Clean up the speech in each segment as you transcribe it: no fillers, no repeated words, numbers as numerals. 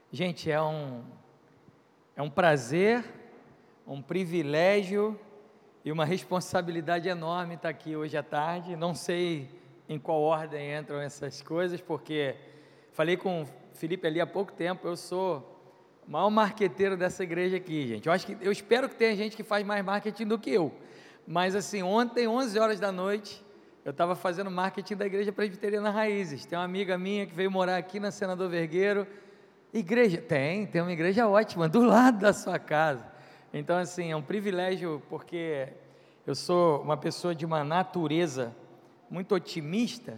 Gente, é um prazer, um privilégio e uma responsabilidade enorme estar aqui hoje à tarde. Não sei em qual ordem entram essas coisas, porque falei com o Felipe ali há pouco tempo, eu sou o maior marqueteiro dessa igreja aqui, gente. Eu espero que tenha gente que faz mais marketing do que eu. Mas assim, ontem, 11 horas da noite, eu estava fazendo marketing da Igreja Presbiteriana Raízes. Tem uma amiga minha que veio morar aqui na Senador Vergueiro. Igreja, tem uma igreja ótima, do lado da sua casa. Então assim, é um privilégio, porque eu sou uma pessoa de uma natureza muito otimista,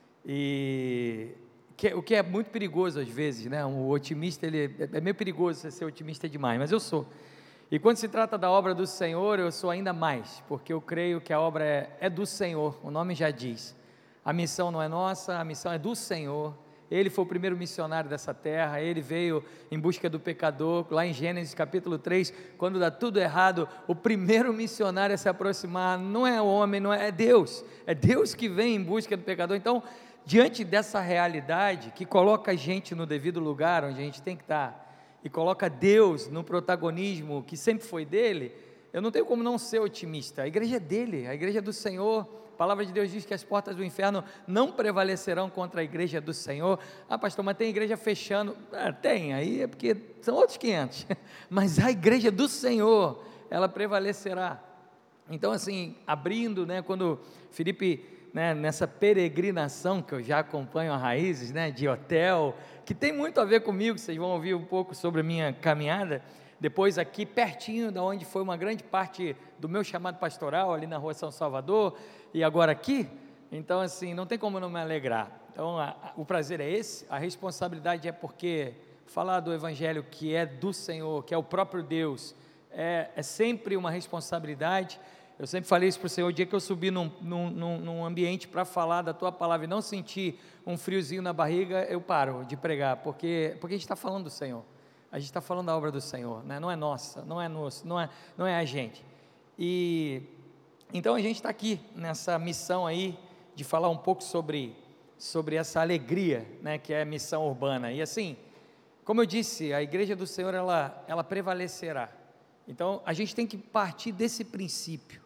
o que é muito perigoso às vezes, né? O otimista, ele é meio perigoso você ser otimista demais, mas eu sou. E quando se trata da obra do Senhor, eu sou ainda mais, porque eu creio que a obra é do Senhor, o nome já diz. A missão não é nossa, a missão é do Senhor. Ele foi o primeiro missionário dessa terra, ele veio em busca do pecador. Lá em Gênesis capítulo 3, quando dá tudo errado, o primeiro missionário a se aproximar não é o homem, é Deus que vem em busca do pecador. Então, diante dessa realidade, que coloca a gente no devido lugar, onde a gente tem que estar, e coloca Deus no protagonismo que sempre foi dele, eu não tenho como não ser otimista. A igreja é dele, a igreja é do Senhor. A palavra de Deus diz que as portas do inferno não prevalecerão contra a igreja do Senhor. Ah, pastor, mas tem igreja fechando. Tem, aí é porque são outros 500. Mas a igreja do Senhor, ela prevalecerá. Então assim, abrindo, quando Felipe, nessa peregrinação que eu já acompanho a Raízes, de hotel, que tem muito a ver comigo, vocês vão ouvir um pouco sobre a minha caminhada, depois aqui pertinho da onde foi uma grande parte do meu chamado pastoral, ali na rua São Salvador, e agora aqui, então assim, não tem como não me alegrar. Então o prazer é esse, a responsabilidade é porque falar do evangelho que é do Senhor, que é o próprio Deus, é sempre uma responsabilidade. Eu sempre falei isso para o Senhor, o dia que eu subi num ambiente para falar da Tua palavra e não sentir um friozinho na barriga, eu paro de pregar, porque a gente está falando do Senhor, a gente está falando da obra do Senhor, não é nossa, não é nosso, não é a gente. E então a gente está aqui nessa missão aí, de falar um pouco sobre essa alegria, que é a missão urbana. E assim, como eu disse, a igreja do Senhor, ela prevalecerá. Então a gente tem que partir desse princípio.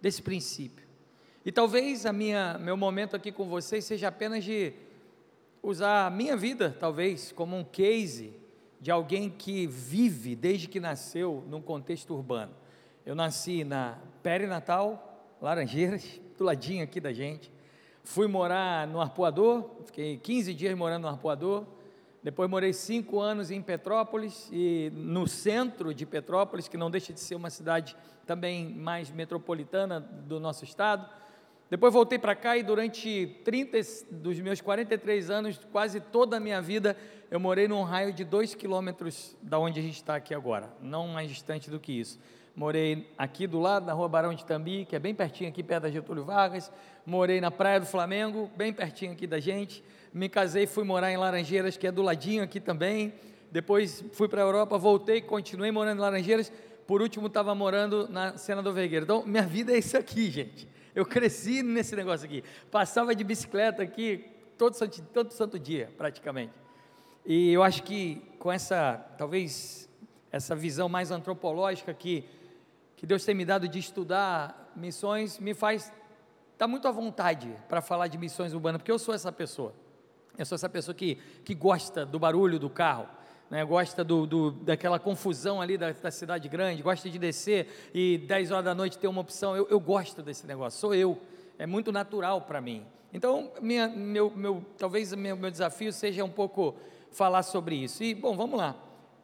E talvez meu momento aqui com vocês seja apenas de usar a minha vida, talvez, como um case de alguém que vive desde que nasceu num contexto urbano. Eu nasci na Perinatal, Laranjeiras, do ladinho aqui da gente. Fui morar no Arpoador, fiquei 15 dias morando no Arpoador. Depois morei 5 anos em Petrópolis, e no centro de Petrópolis, que não deixa de ser uma cidade também mais metropolitana do nosso estado. Depois voltei para cá e durante 30 dos meus 43 anos, quase toda a minha vida, eu morei num raio de 2 quilômetros da onde a gente está aqui agora, não mais distante do que isso. Morei aqui do lado, na rua Barão de Itambi, que é bem pertinho aqui, perto da Getúlio Vargas. Morei na Praia do Flamengo, bem pertinho aqui da gente. Me casei e fui morar em Laranjeiras, que é do ladinho aqui também. Depois fui para a Europa, voltei, continuei morando em Laranjeiras. Por último, estava morando na Senador Vergueiro. Então, minha vida é isso aqui, gente. Eu cresci nesse negócio aqui. Passava de bicicleta aqui todo santo dia, praticamente. E eu acho que com talvez, essa visão mais antropológica que Deus tem me dado de estudar missões, me faz estar muito à vontade para falar de missões urbanas, porque eu sou essa pessoa. Eu sou essa pessoa que gosta do barulho do carro, gosta daquela confusão ali da cidade grande, gosta de descer e 10 horas da noite ter uma opção. Eu gosto desse negócio, sou eu, é muito natural para mim. Então, talvez meu desafio seja um pouco falar sobre isso. E, bom, vamos lá.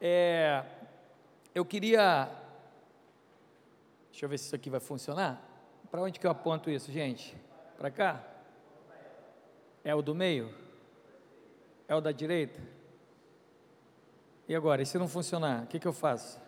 Eu queria... Deixa eu ver se isso aqui vai funcionar. Para onde que eu aponto isso, gente? Para cá? É o do meio? É o da direita? E agora, e se não funcionar, o que eu faço?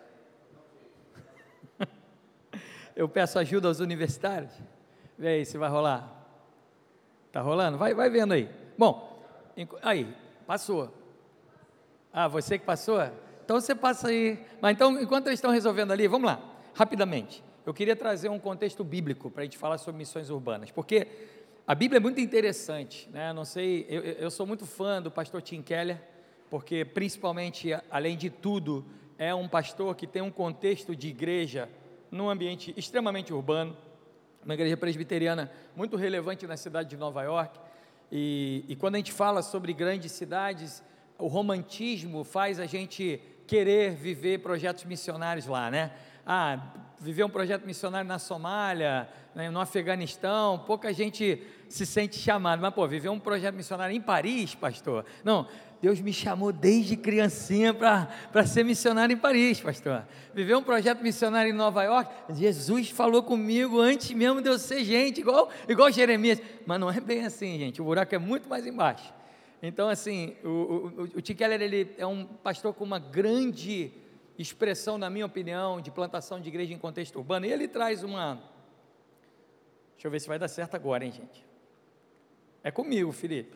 Eu peço ajuda aos universitários? Vê aí se vai rolar. Está rolando? Vai vendo aí. Bom, aí, passou. Ah, você que passou? Então você passa aí. Mas então, enquanto eles estão resolvendo ali, vamos lá, rapidamente. Eu queria trazer um contexto bíblico para a gente falar sobre missões urbanas, porque a Bíblia é muito interessante, Não sei, eu sou muito fã do pastor Tim Keller, porque principalmente, além de tudo, é um pastor que tem um contexto de igreja num ambiente extremamente urbano, uma igreja presbiteriana muito relevante na cidade de Nova York, e quando a gente fala sobre grandes cidades, o romantismo faz a gente querer viver projetos missionários lá, né? Viver um projeto missionário na Somália, né, no Afeganistão, pouca gente se sente chamado, mas viver um projeto missionário em Paris, pastor? Não, Deus me chamou desde criancinha para ser missionário em Paris, pastor. Viver um projeto missionário em Nova York, Jesus falou comigo antes mesmo de eu ser gente, igual Jeremias, mas não é bem assim, gente, o buraco é muito mais embaixo. Então, assim, o Tim Keller, ele é um pastor com uma grande expressão, na minha opinião, de plantação de igreja em contexto urbano, e ele traz deixa eu ver se vai dar certo agora, hein, gente, é comigo, Felipe,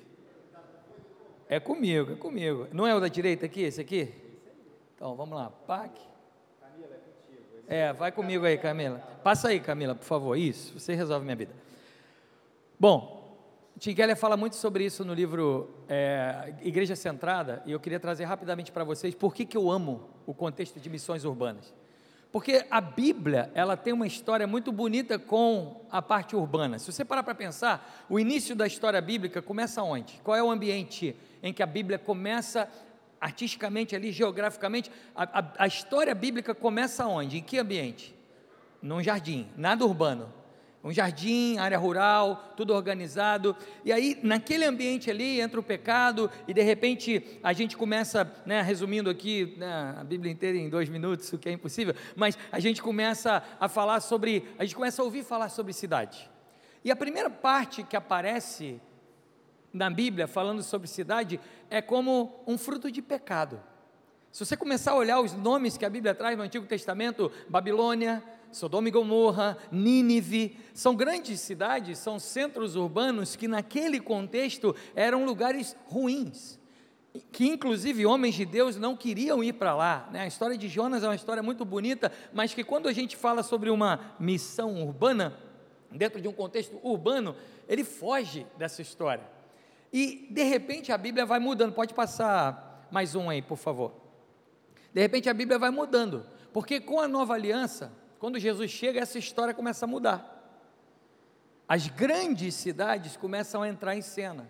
é comigo, não é o da direita aqui, esse aqui? Então, vamos lá, PAC, Camila, é contigo, vai comigo aí, Camila, passa aí, Camila, por favor, isso, você resolve minha vida. Bom, Tim Keller fala muito sobre isso no livro Igreja Centrada, e eu queria trazer rapidamente para vocês por que eu amo o contexto de missões urbanas. Porque a Bíblia, ela tem uma história muito bonita com a parte urbana. Se você parar para pensar, o início da história bíblica começa onde? Qual é o ambiente em que a Bíblia começa artisticamente ali, geograficamente? A história bíblica começa onde? Em que ambiente? Num jardim, nada urbano. Um jardim, área rural, tudo organizado, e aí naquele ambiente ali entra o pecado, e de repente a gente começa, né, resumindo aqui, né, a Bíblia inteira em 2 minutos, o que é impossível, mas a gente começa a ouvir falar sobre cidade, e a primeira parte que aparece na Bíblia falando sobre cidade, é como um fruto de pecado. Se você começar a olhar os nomes que a Bíblia traz no Antigo Testamento, Babilônia, Sodoma e Gomorra, Nínive, são grandes cidades, são centros urbanos que naquele contexto eram lugares ruins, que inclusive homens de Deus não queriam ir para lá, né? A história de Jonas é uma história muito bonita, mas que quando a gente fala sobre uma missão urbana, dentro de um contexto urbano, ele foge dessa história, e de repente a Bíblia vai mudando. Pode passar mais um aí, por favor. De repente a Bíblia vai mudando, porque com a nova aliança, quando Jesus chega, essa história começa a mudar. As grandes cidades começam a entrar em cena.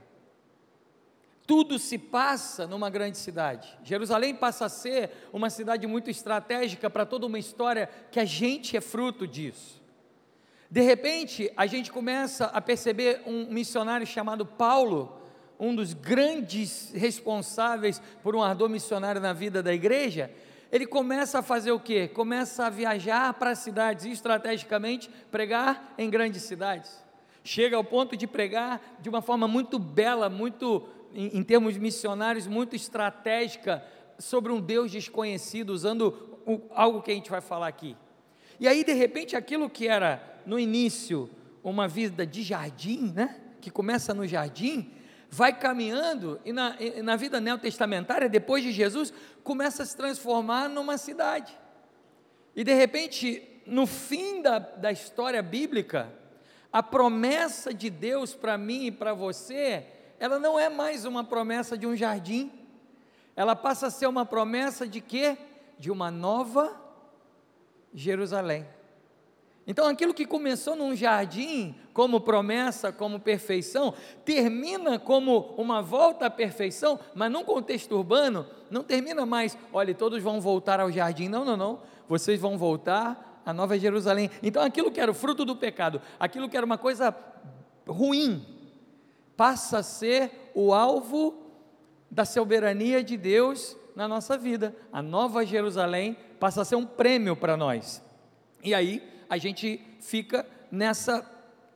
Tudo se passa numa grande cidade. Jerusalém passa a ser uma cidade muito estratégica para toda uma história que a gente é fruto disso. De repente, a gente começa a perceber um missionário chamado Paulo, um dos grandes responsáveis por um ardor missionário na vida da igreja. Ele começa a fazer o quê? Começa a viajar para cidades e estrategicamente pregar em grandes cidades. Chega ao ponto de pregar de uma forma muito bela, muito, em termos missionários, muito estratégica, sobre um Deus desconhecido, usando algo que a gente vai falar aqui. E aí, de repente, aquilo que era no início uma vida de jardim, né? Que começa no jardim, vai caminhando, e na vida neotestamentária, depois de Jesus, começa a se transformar numa cidade, e de repente, no fim da história bíblica, a promessa de Deus para mim e para você, ela não é mais uma promessa de um jardim, ela passa a ser uma promessa de quê? De uma nova Jerusalém. Então aquilo que começou num jardim, como promessa, como perfeição, termina como uma volta à perfeição, mas num contexto urbano, não termina mais, olha, todos vão voltar ao jardim, não, vocês vão voltar à Nova Jerusalém. Então aquilo que era o fruto do pecado, aquilo que era uma coisa ruim, passa a ser o alvo da soberania de Deus na nossa vida. A Nova Jerusalém passa a ser um prêmio para nós, e aí a gente fica nessa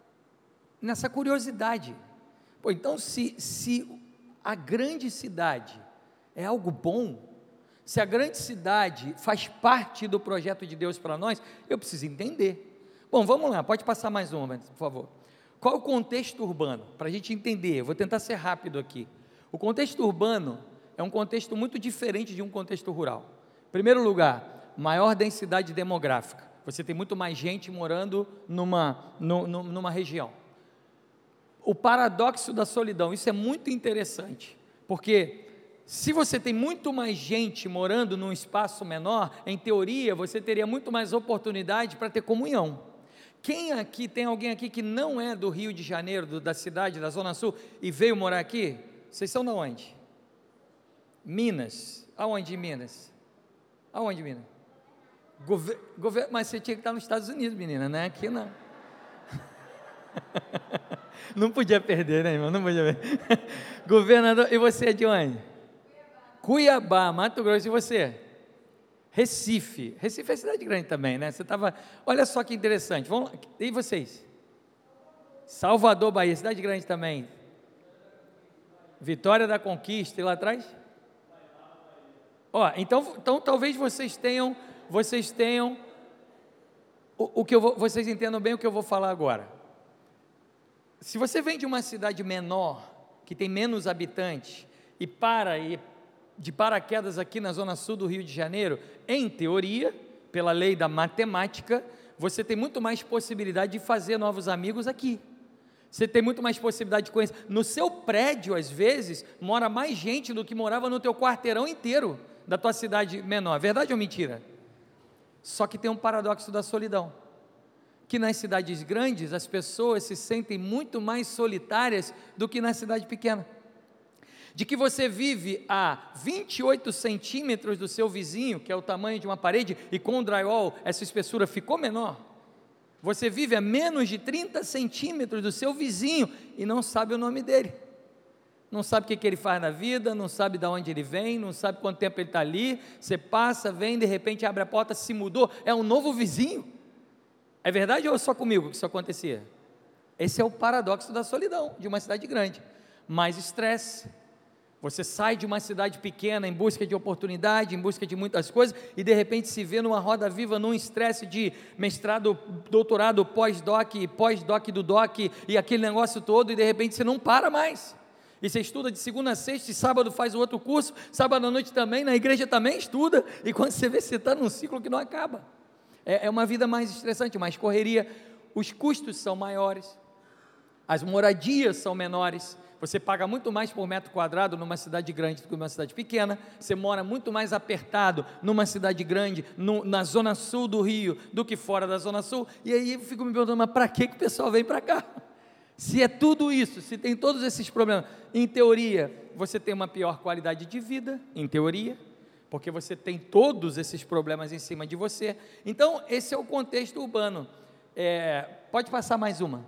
curiosidade. Então se a grande cidade é algo bom, se a grande cidade faz parte do projeto de Deus para nós, eu preciso entender. Bom, vamos lá, pode passar mais uma, por favor. Qual é o contexto urbano? Para a gente entender, eu vou tentar ser rápido aqui. O contexto urbano é um contexto muito diferente de um contexto rural. Em primeiro lugar, maior densidade demográfica. Você tem muito mais gente morando numa região. O paradoxo da solidão, isso é muito interessante, porque Se você tem muito mais gente morando num espaço menor, em teoria, você teria muito mais oportunidade para ter comunhão. Quem aqui, tem alguém aqui que não é do Rio de Janeiro, da cidade, da Zona Sul, e veio morar aqui? Vocês são de onde? Minas. Aonde em Minas? Aonde, Minas? Mas você tinha que estar nos Estados Unidos, menina, não é aqui não. Não podia perder, né, irmão? Não podia perder. Governador, e você é de onde? Cuiabá, Mato Grosso. E você? Recife. Recife é cidade grande também, né? Você estava. Olha só que interessante. Vamos lá. E vocês? Salvador, Bahia, cidade grande também. Vitória da Conquista, e lá atrás? Ó, então talvez vocês tenham vocês entendam bem o que eu vou falar agora. Se você vem de uma cidade menor, que tem menos habitantes, e de paraquedas aqui na Zona Sul do Rio de Janeiro, em teoria, pela lei da matemática, você tem muito mais possibilidade de fazer novos amigos aqui. Você tem muito mais possibilidade de conhecer. No seu prédio, às vezes, mora mais gente do que morava no teu quarteirão inteiro da tua cidade menor. Verdade ou mentira? Só que tem um paradoxo da solidão, que nas cidades grandes as pessoas se sentem muito mais solitárias do que na cidade pequena. De que você vive a 28 centímetros do seu vizinho, que é o tamanho de uma parede, e com o drywall essa espessura ficou menor. Você vive a menos de 30 centímetros do seu vizinho e não sabe o nome dele. Não sabe o que ele faz na vida, não sabe de onde ele vem, não sabe quanto tempo ele está ali. Você passa, vem, de repente abre a porta, se mudou, é um novo vizinho. É verdade ou é só comigo que isso acontecia? Esse é o paradoxo da solidão de uma cidade grande. Mais estresse. Você sai de uma cidade pequena em busca de oportunidade, em busca de muitas coisas, e de repente se vê numa roda viva, num estresse de mestrado, doutorado, pós-doc do doc, e aquele negócio todo, e de repente você não para mais. E você estuda de segunda a sexta, e sábado faz o outro curso, sábado à noite também, na igreja também estuda, e quando você vê, você está num ciclo que não acaba. É uma vida mais estressante, mais correria, os custos são maiores, as moradias são menores. Você paga muito mais por metro quadrado numa cidade grande do que numa cidade pequena, você mora muito mais apertado numa cidade grande, na zona sul do Rio, do que fora da zona sul, e aí eu fico me perguntando, mas para que o pessoal vem para cá? Se é tudo isso, se tem todos esses problemas, em teoria, você tem uma pior qualidade de vida, em teoria, porque você tem todos esses problemas em cima de você. Então, esse é o contexto urbano. Pode passar mais uma.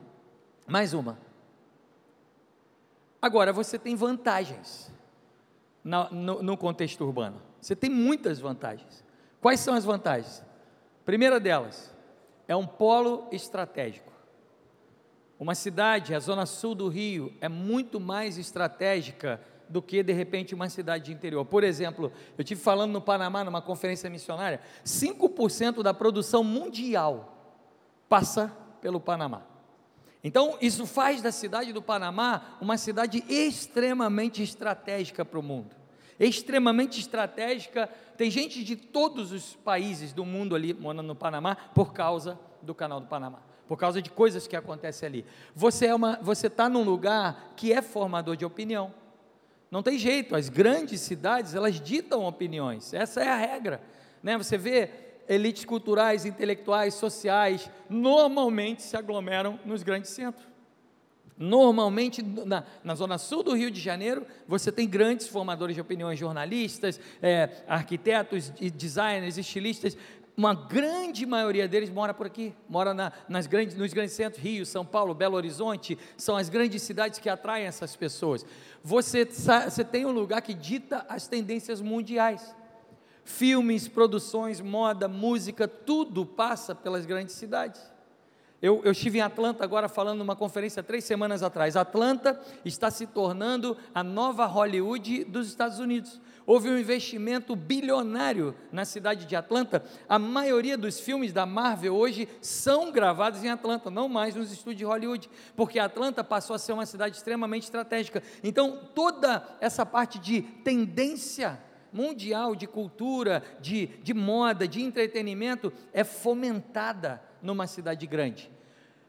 Agora, você tem vantagens no contexto urbano. Você tem muitas vantagens. Quais são as vantagens? Primeira delas, é um polo estratégico. Uma cidade, a zona sul do Rio, é muito mais estratégica do que, de repente, uma cidade de interior. Por exemplo, eu estive falando no Panamá, numa conferência missionária, 5% da produção mundial passa pelo Panamá. Então, isso faz da cidade do Panamá uma cidade extremamente estratégica para o mundo. Extremamente estratégica. Tem gente de todos os países do mundo ali morando no Panamá por causa do Canal do Panamá, por causa de coisas que acontecem ali. Você está num lugar que é formador de opinião. Não tem jeito, as grandes cidades, elas ditam opiniões, essa é a regra, né? Você vê elites culturais, intelectuais, sociais, normalmente se aglomeram nos grandes centros. Normalmente, na zona sul do Rio de Janeiro, você tem grandes formadores de opiniões, jornalistas, arquitetos, designers, estilistas. Uma grande maioria deles mora por aqui, mora nos grandes centros, Rio, São Paulo, Belo Horizonte, são as grandes cidades que atraem essas pessoas. Você tem um lugar que dita as tendências mundiais. Filmes, produções, moda, música, tudo passa pelas grandes cidades. Eu estive em Atlanta agora falando numa conferência 3 semanas atrás. Atlanta está se tornando a nova Hollywood dos Estados Unidos. Houve um investimento bilionário na cidade de Atlanta. A maioria dos filmes da Marvel hoje são gravados em Atlanta, não mais nos estúdios de Hollywood, porque Atlanta passou a ser uma cidade extremamente estratégica. Então, toda essa parte de tendência mundial, de cultura, de moda, de entretenimento, é fomentada numa cidade grande.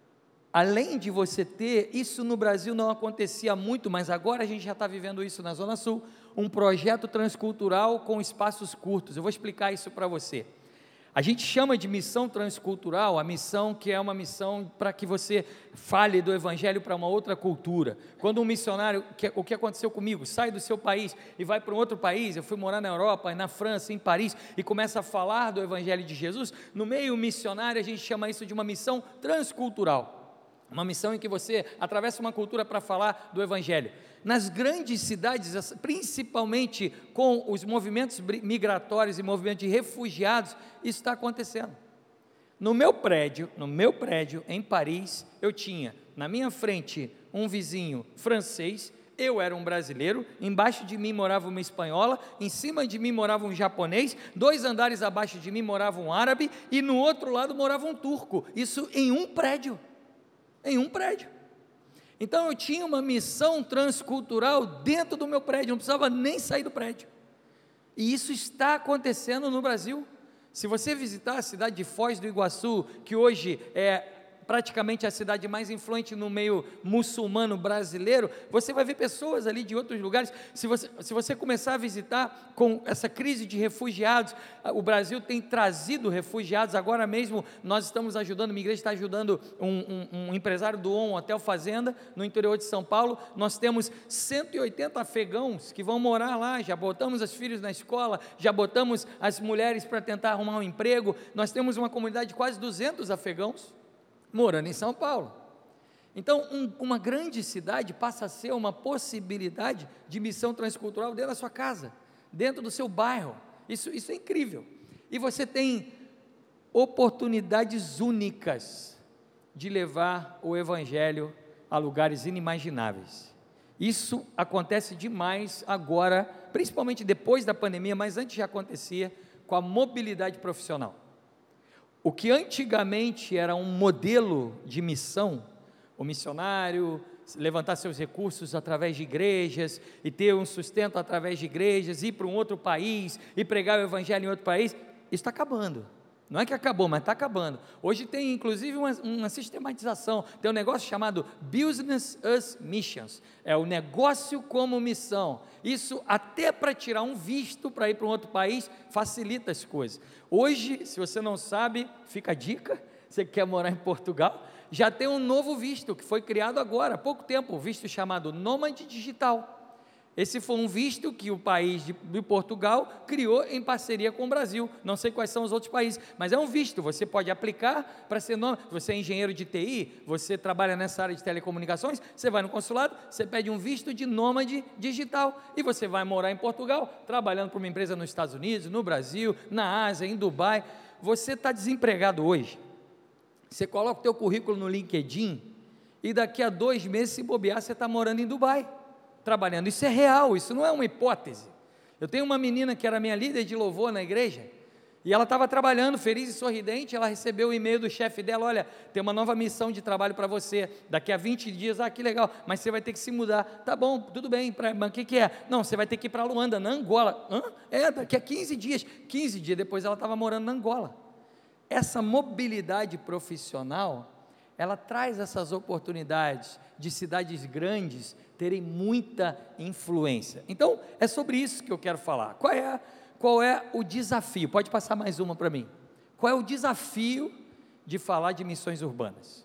além de você ter, isso no Brasil não acontecia muito, mas agora a gente já está vivendo isso na Zona Sul, um projeto transcultural com espaços curtos. Eu vou explicar isso para você. A gente chama de missão transcultural, a missão que é uma missão para que você fale do Evangelho para uma outra cultura. Quando um missionário, o que aconteceu comigo, sai do seu país e vai para um outro país, eu fui morar na Europa, na França, em Paris, e começa a falar do Evangelho de Jesus, no meio missionário a gente chama isso de uma missão transcultural. Uma missão em que você atravessa uma cultura para falar do Evangelho. Nas grandes cidades, principalmente com os movimentos migratórios e movimentos de refugiados, isso está acontecendo. No meu prédio, em Paris, eu tinha na minha frente um vizinho francês, eu era um brasileiro, embaixo de mim morava uma espanhola, em cima de mim morava um japonês, 2 andares abaixo de mim morava um árabe, e no outro lado morava um turco, isso em um prédio. Então eu tinha uma missão transcultural dentro do meu prédio, não precisava nem sair do prédio, e isso está acontecendo no Brasil. Se você visitar a cidade de Foz do Iguaçu, que hoje é praticamente a cidade mais influente no meio muçulmano brasileiro, você vai ver pessoas ali de outros lugares. Se você começar a visitar com essa crise de refugiados, o Brasil tem trazido refugiados. Agora mesmo nós estamos ajudando, minha igreja está ajudando um empresário do um hotel fazenda no interior de São Paulo. Nós temos 180 afegãos que vão morar lá, já botamos os filhos na escola, já botamos as mulheres para tentar arrumar um emprego. Nós temos uma comunidade de quase 200 afegãos morando em São Paulo. Então, uma grande cidade passa a ser uma possibilidade de missão transcultural dentro da sua casa, dentro do seu bairro. Isso é incrível. E você tem oportunidades únicas de levar o Evangelho a lugares inimagináveis. Isso acontece demais agora, principalmente depois da pandemia, mas antes já acontecia com a mobilidade profissional. O que antigamente era um modelo de missão, o missionário levantar seus recursos através de igrejas, e ter um sustento através de igrejas, ir para um outro país, e pregar o Evangelho em outro país, isso está acabando. Não é que acabou, mas está acabando. Hoje tem inclusive uma sistematização, tem um negócio chamado Business as Missions, é o negócio como missão. Isso até para tirar um visto para ir para um outro país, facilita as coisas. Hoje, se você não sabe, fica a dica, você que quer morar em Portugal, já tem um novo visto, que foi criado agora, há pouco tempo, o visto chamado Nômade Digital. Esse foi um visto que o país de Portugal criou em parceria com o Brasil. Não sei quais são os outros países, mas é um visto. Você pode aplicar para ser nômade. Você é engenheiro de TI, você trabalha nessa área de telecomunicações, você vai no consulado, você pede um visto de nômade digital e você vai morar em Portugal, trabalhando para uma empresa nos Estados Unidos, no Brasil, na Ásia, em Dubai. Você está desempregado hoje. Você coloca o teu currículo no LinkedIn e daqui a 2 meses, se bobear, você está morando em Dubai, trabalhando. Isso é real, isso não é uma hipótese. Eu tenho uma menina que era minha líder de louvor na igreja, e ela estava trabalhando, feliz e sorridente. Ela recebeu o e-mail do chefe dela: olha, tem uma nova missão de trabalho para você, daqui a 20 dias, que legal, mas você vai ter que se mudar. Tá bom, tudo bem, mas o que é? Não, você vai ter que ir para Luanda, na Angola. Daqui a 15 dias, 15 dias depois ela estava morando na Angola. Essa mobilidade profissional, ela traz essas oportunidades de cidades grandes terem muita influência. Então, é sobre isso que eu quero falar. Qual é o desafio? Pode passar mais uma para mim. Qual é o desafio de falar de missões urbanas?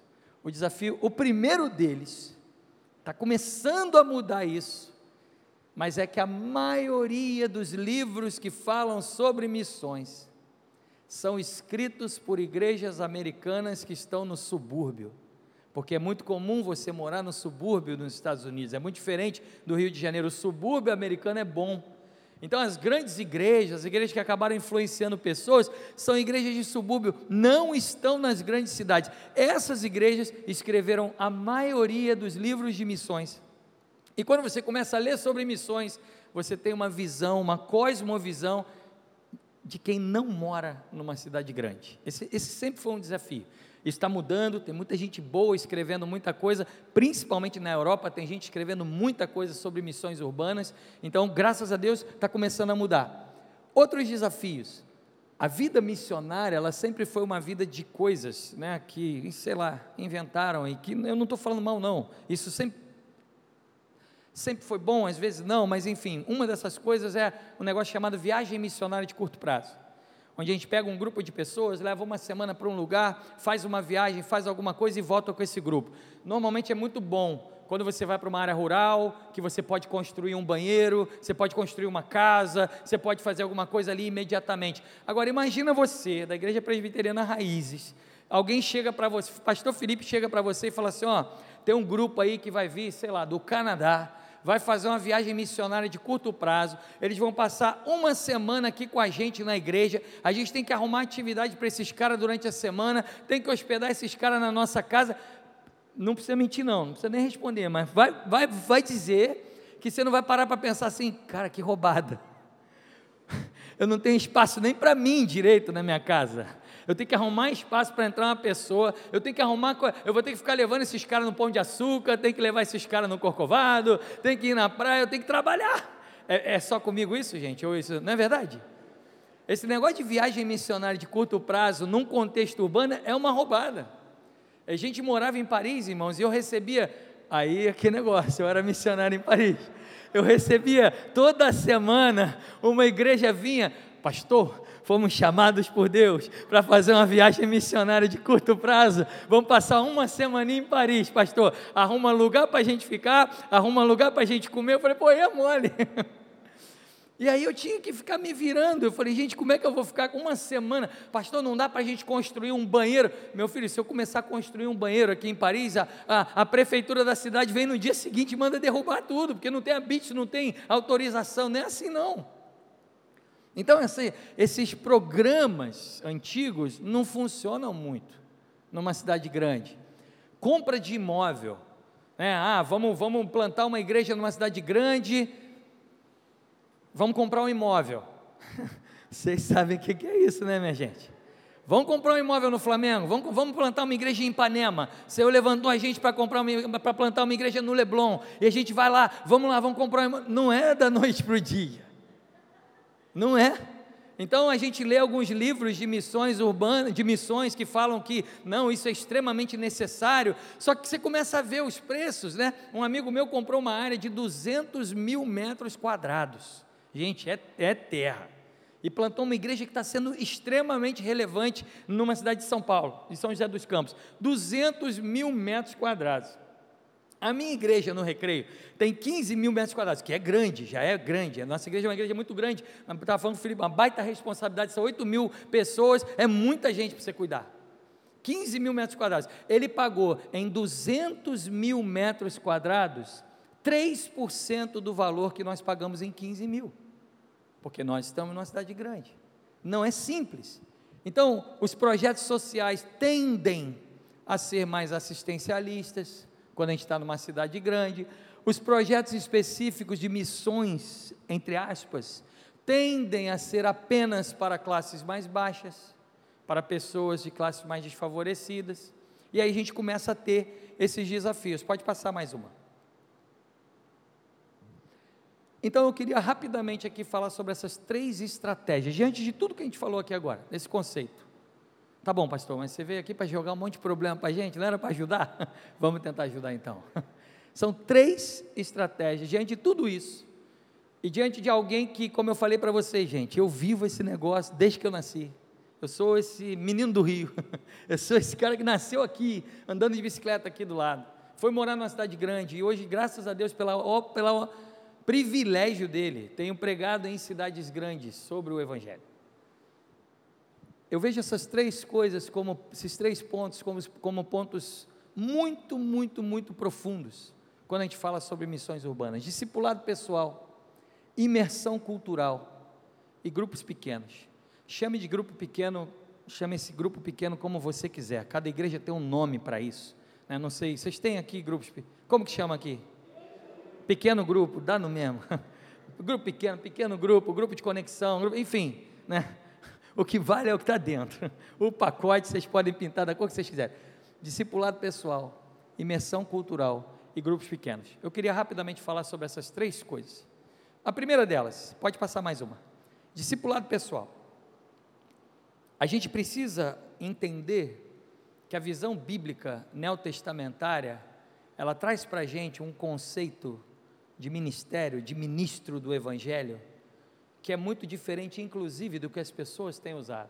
O primeiro deles, está começando a mudar isso, mas é que a maioria dos livros que falam sobre missões são escritos por igrejas americanas que estão no subúrbio, porque é muito comum você morar no subúrbio nos Estados Unidos, é muito diferente do Rio de Janeiro. O subúrbio americano é bom. Então as grandes igrejas, as igrejas que acabaram influenciando pessoas, são igrejas de subúrbio, não estão nas grandes cidades. Essas igrejas escreveram a maioria dos livros de missões, e quando você começa a ler sobre missões, você tem uma visão, uma cosmovisão de quem não mora numa cidade grande. Esse sempre foi um desafio. Isso está mudando, tem muita gente boa escrevendo muita coisa, principalmente na Europa, tem gente escrevendo muita coisa sobre missões urbanas. Então, graças a Deus, está começando a mudar. Outros desafios: A vida missionária, ela sempre foi uma vida de coisas, né, que, sei lá, inventaram, e que eu não estou falando mal não, isso sempre foi bom, às vezes não, mas enfim, uma dessas coisas é um negócio chamado viagem missionária de curto prazo, onde a gente pega um grupo de pessoas, leva uma semana para um lugar, faz uma viagem, faz alguma coisa e volta com esse grupo. Normalmente é muito bom quando você vai para uma área rural, que você pode construir um banheiro, você pode construir uma casa, você pode fazer alguma coisa ali imediatamente. Agora imagina você, da Igreja Presbiteriana Raízes, alguém chega para você, pastor Felipe chega para você e fala assim, ó, tem um grupo aí que vai vir, sei lá, do Canadá, vai fazer uma viagem missionária de curto prazo, eles vão passar uma semana aqui com a gente na igreja, a gente tem que arrumar atividade para esses caras durante a semana, tem que hospedar esses caras na nossa casa. Não precisa mentir não precisa nem responder, mas vai dizer que você não vai parar para pensar assim, cara, que roubada, eu não tenho espaço nem para mim direito na minha casa, eu tenho que arrumar espaço para entrar uma pessoa, eu vou ter que ficar levando esses caras no Pão de Açúcar, tenho que levar esses caras no Corcovado, tenho que ir na praia, eu tenho que trabalhar, é só comigo isso, gente, ou isso, não é verdade? Esse negócio de viagem missionária de curto prazo, num contexto urbano, é uma roubada. A gente morava em Paris, irmãos, e eu recebia, aí que negócio, eu era missionário em Paris, eu recebia toda semana, uma igreja vinha, pastor, fomos chamados por Deus para fazer uma viagem missionária de curto prazo, vamos passar uma semaninha em Paris, pastor, arruma lugar para a gente ficar, arruma lugar para a gente comer. Eu falei, pô, é mole. E aí eu tinha que ficar me virando, eu falei, gente, como é que eu vou ficar com uma semana, pastor, não dá para a gente construir um banheiro, meu filho, se eu começar a construir um banheiro aqui em Paris, a prefeitura da cidade vem no dia seguinte e manda derrubar tudo, porque não tem habite, não tem autorização, não é assim não. Então esses programas antigos não funcionam muito numa cidade grande. Compra de imóvel, né? Vamos plantar uma igreja numa cidade grande, vamos comprar um imóvel. Vocês sabem o que é isso, né, minha gente? Vamos comprar um imóvel no Flamengo, vamos plantar uma igreja em Ipanema. O Senhor levantou a gente para plantar uma igreja no Leblon, e a gente vai lá, vamos comprar um imóvel. Não é da noite para o dia, não é? Então a gente lê alguns livros de missões urbanas, de missões que falam que não, isso é extremamente necessário, só que você começa a ver os preços, né? Um amigo meu comprou uma área de 200 mil metros quadrados, gente, é terra, e plantou uma igreja que está sendo extremamente relevante numa cidade de São Paulo, de São José dos Campos, 200 mil metros quadrados. A minha igreja no Recreio tem 15 mil metros quadrados, que é grande, já é grande, a nossa igreja é uma igreja muito grande, estava falando com o Felipe, uma baita responsabilidade, são 8 mil pessoas, é muita gente para você cuidar, 15 mil metros quadrados, ele pagou em 200 mil metros quadrados, 3% do valor que nós pagamos em 15 mil, porque nós estamos numa cidade grande, não é simples. Então, os projetos sociais tendem a ser mais assistencialistas, quando a gente está numa cidade grande, os projetos específicos de missões, entre aspas, tendem a ser apenas para classes mais baixas, para pessoas de classes mais desfavorecidas, e aí a gente começa a ter esses desafios. Pode passar mais uma. Então eu queria rapidamente aqui falar sobre essas 3 estratégias, diante de tudo que a gente falou aqui agora, desse conceito. Tá bom, pastor, mas você veio aqui para jogar um monte de problema para a gente, não era para ajudar? Vamos tentar ajudar então. São 3 estratégias, diante de tudo isso, e diante de alguém que, como eu falei para vocês, gente, eu vivo esse negócio desde que eu nasci, eu sou esse menino do Rio, eu sou esse cara que nasceu aqui, andando de bicicleta aqui do lado, foi morar numa cidade grande, e hoje, graças a Deus, pelo privilégio dele, tenho pregado em cidades grandes sobre o Evangelho. Eu vejo essas 3 coisas, esses 3 pontos, como pontos muito, muito, muito profundos, quando a gente fala sobre missões urbanas: discipulado pessoal, imersão cultural e grupos pequenos. Chame de grupo pequeno, chame esse grupo pequeno como você quiser, cada igreja tem um nome para isso, né? Não sei, vocês têm aqui grupos, como que chama aqui? Pequeno grupo, dá no mesmo, grupo pequeno grupo, grupo de conexão, enfim, né? O que vale é o que está dentro, o pacote vocês podem pintar da cor que vocês quiserem. Discipulado pessoal, imersão cultural e grupos pequenos. Eu queria rapidamente falar sobre essas 3 coisas. A primeira delas, pode passar mais uma, discipulado pessoal. A gente precisa entender que a visão bíblica neotestamentária, ela traz para a gente um conceito de ministério, de ministro do Evangelho, que é muito diferente, inclusive, do que as pessoas têm usado.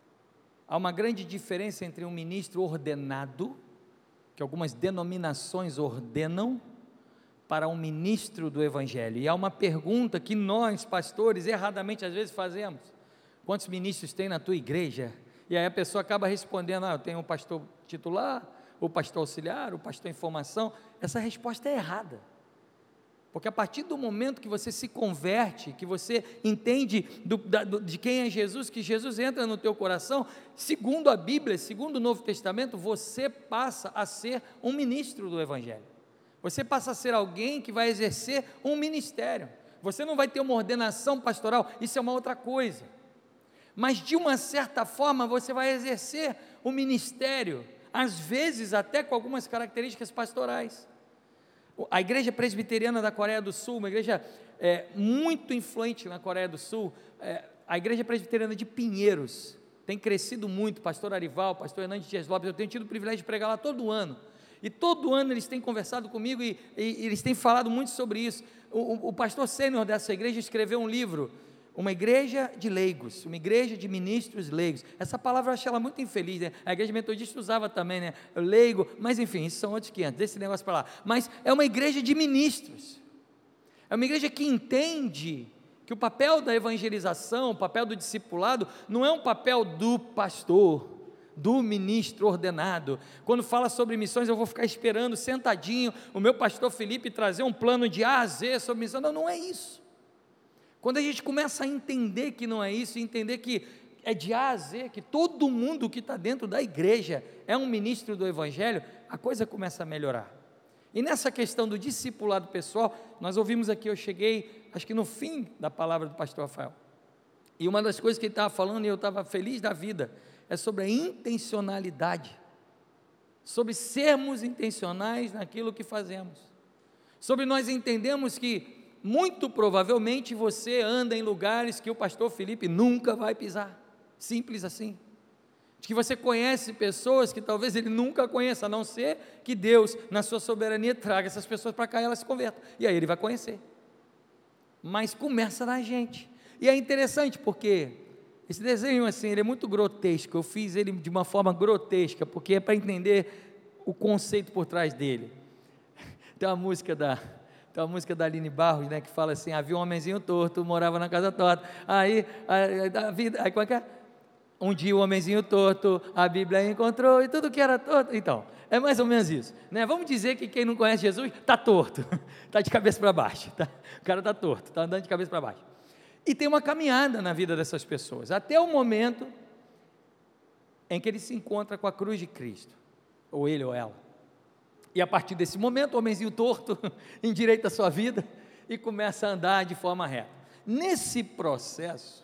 Há uma grande diferença entre um ministro ordenado, que algumas denominações ordenam, para um ministro do Evangelho. E há uma pergunta que nós, pastores, erradamente às vezes fazemos: quantos ministros tem na tua igreja? E aí a pessoa acaba respondendo: eu tenho um pastor titular, o pastor auxiliar, o pastor em formação. Essa resposta é errada, porque a partir do momento que você se converte, que você entende de quem é Jesus, que Jesus entra no teu coração, segundo a Bíblia, segundo o Novo Testamento, você passa a ser um ministro do Evangelho, você passa a ser alguém que vai exercer um ministério. Você não vai ter uma ordenação pastoral, isso é uma outra coisa, mas de uma certa forma você vai exercer o ministério, às vezes até com algumas características pastorais. A igreja presbiteriana da Coreia do Sul, uma igreja muito influente na Coreia do Sul, a igreja presbiteriana de Pinheiros, tem crescido muito. Pastor Arival, pastor Hernandes Dias Lopes, eu tenho tido o privilégio de pregar lá todo ano, e todo ano eles têm conversado comigo, e eles têm falado muito sobre isso. O pastor sênior dessa igreja escreveu um livro, uma igreja de leigos, uma igreja de ministros leigos. Essa palavra eu acho ela muito infeliz, né? A igreja metodista usava também, né? Leigo, mas enfim, isso são outros 500, desse negócio para lá. Mas é uma igreja de ministros, é uma igreja que entende que o papel da evangelização, o papel do discipulado, não é um papel do pastor, do ministro ordenado. Quando fala sobre missões, eu vou ficar esperando sentadinho o meu pastor Felipe trazer um plano de A a Z sobre missão. Não, não é isso. Quando a gente começa a entender que não é isso, entender que é de A a Z, que todo mundo que está dentro da igreja é um ministro do Evangelho, a coisa começa a melhorar. E nessa questão do discipulado pessoal, nós ouvimos aqui, eu cheguei, acho que no fim da palavra do pastor Rafael, e uma das coisas que ele estava falando, e eu estava feliz da vida, é sobre a intencionalidade, sobre sermos intencionais naquilo que fazemos, sobre nós entendemos que muito provavelmente você anda em lugares que o pastor Felipe nunca vai pisar, simples assim, de que você conhece pessoas que talvez ele nunca conheça, a não ser que Deus, na sua soberania, traga essas pessoas para cá e elas se convertam, e aí ele vai conhecer, mas começa na gente. E é interessante porque esse desenho assim, ele é muito grotesco, eu fiz ele de uma forma grotesca, porque é para entender o conceito por trás dele. Tem uma música da Aline Barros, né, que fala assim: havia um homenzinho torto, morava na casa torta, aí como é que é? Um dia o homenzinho torto, a Bíblia encontrou, e tudo que era torto. Então, é mais ou menos isso, né? Vamos dizer que quem não conhece Jesus, está torto, está de cabeça para baixo, tá? O cara está torto, está andando de cabeça para baixo, e tem uma caminhada na vida dessas pessoas, até o momento em que ele se encontra com a cruz de Cristo, ou ele ou ela, e a partir desse momento, o homenzinho torto endireita a sua vida e começa a andar de forma reta. Nesse processo,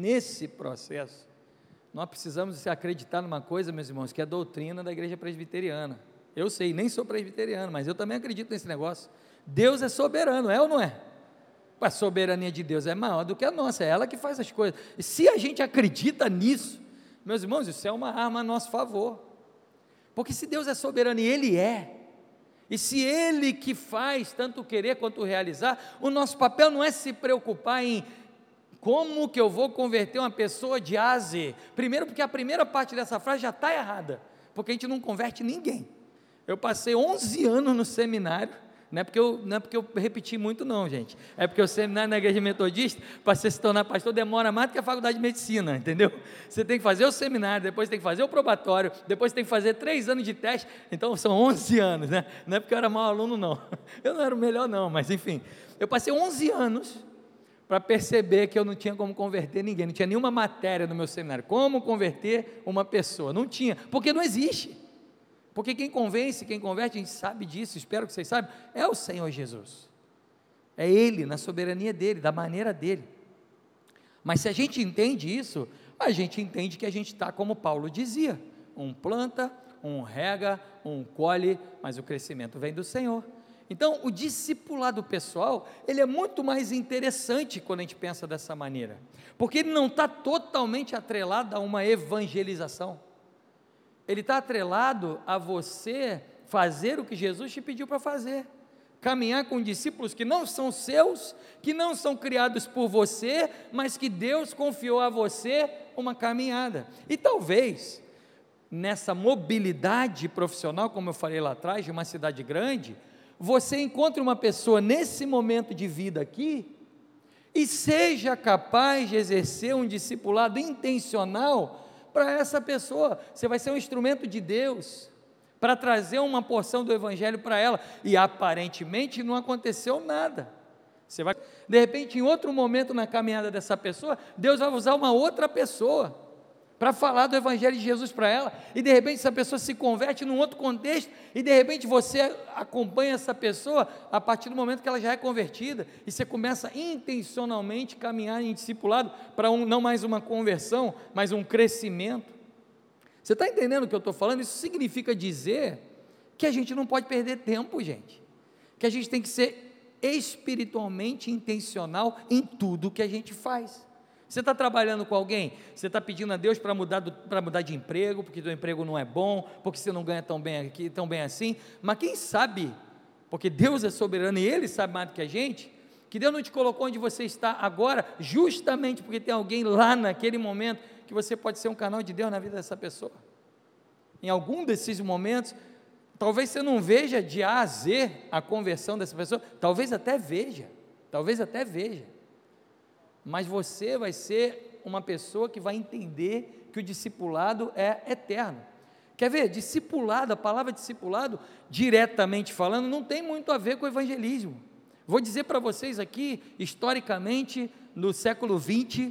nós precisamos acreditar numa coisa, meus irmãos, que é a doutrina da igreja presbiteriana. Eu sei, nem sou presbiteriano, mas eu também acredito nesse negócio. Deus é soberano, é ou não é? A soberania de Deus é maior do que a nossa, é ela que faz as coisas. E se a gente acredita nisso, meus irmãos, isso é uma arma a nosso favor. Porque se Deus é soberano, e Ele é, e se Ele que faz tanto querer quanto realizar, o nosso papel não é se preocupar em como que eu vou converter uma pessoa de A a Z. Primeiro, porque a primeira parte dessa frase já está errada, porque a gente não converte ninguém. Eu passei 11 anos no seminário, não é porque eu repeti muito não, gente, é porque o seminário na igreja metodista, para você se tornar pastor, demora mais do que a faculdade de medicina, entendeu? Você tem que fazer o seminário, depois tem que fazer o probatório, depois tem que fazer 3 anos de teste, então são 11 anos, né? Não é porque eu era mau aluno não, eu não era o melhor não, mas enfim, eu passei 11 anos para perceber que eu não tinha como converter ninguém, não tinha nenhuma matéria no meu seminário, como converter uma pessoa, não tinha, porque não existe. Porque quem convence, quem converte, a gente sabe disso, espero que vocês saibam, é o Senhor Jesus, é Ele, na soberania dEle, da maneira dEle. Mas se a gente entende isso, a gente entende que a gente está como Paulo dizia, um planta, um rega, um colhe, mas o crescimento vem do Senhor. Então, o discipulado pessoal, ele é muito mais interessante quando a gente pensa dessa maneira, porque ele não está totalmente atrelado a uma evangelização, ele está atrelado a você fazer o que Jesus te pediu para fazer, caminhar com discípulos que não são seus, que não são criados por você, mas que Deus confiou a você uma caminhada. E talvez, nessa mobilidade profissional, como eu falei lá atrás, de uma cidade grande, você encontre uma pessoa nesse momento de vida aqui, e seja capaz de exercer um discipulado intencional para essa pessoa. Você vai ser um instrumento de Deus, para trazer uma porção do Evangelho para ela, e aparentemente não aconteceu nada. Você vai, de repente, em outro momento na caminhada dessa pessoa, Deus vai usar uma outra pessoa, para falar do Evangelho de Jesus para ela, e de repente essa pessoa se converte num outro contexto, e de repente você acompanha essa pessoa, a partir do momento que ela já é convertida, e você começa intencionalmente a caminhar em discipulado, para não mais uma conversão, mas um crescimento. Você está entendendo o que eu estou falando? Isso significa dizer que a gente não pode perder tempo, gente, que a gente tem que ser espiritualmente intencional em tudo que a gente faz. Você está trabalhando com alguém, você está pedindo a Deus para mudar de emprego, porque o emprego não é bom, porque você não ganha tão bem assim, mas quem sabe, porque Deus é soberano e Ele sabe mais do que a gente, que Deus não te colocou onde você está agora, justamente porque tem alguém lá naquele momento, que você pode ser um canal de Deus na vida dessa pessoa. Em algum desses momentos, talvez você não veja de A a Z a conversão dessa pessoa, talvez até veja, mas você vai ser uma pessoa que vai entender que o discipulado é eterno. Quer ver? Discipulado, a palavra discipulado, diretamente falando, não tem muito a ver com o evangelismo. Vou dizer para vocês aqui, historicamente, no século XX,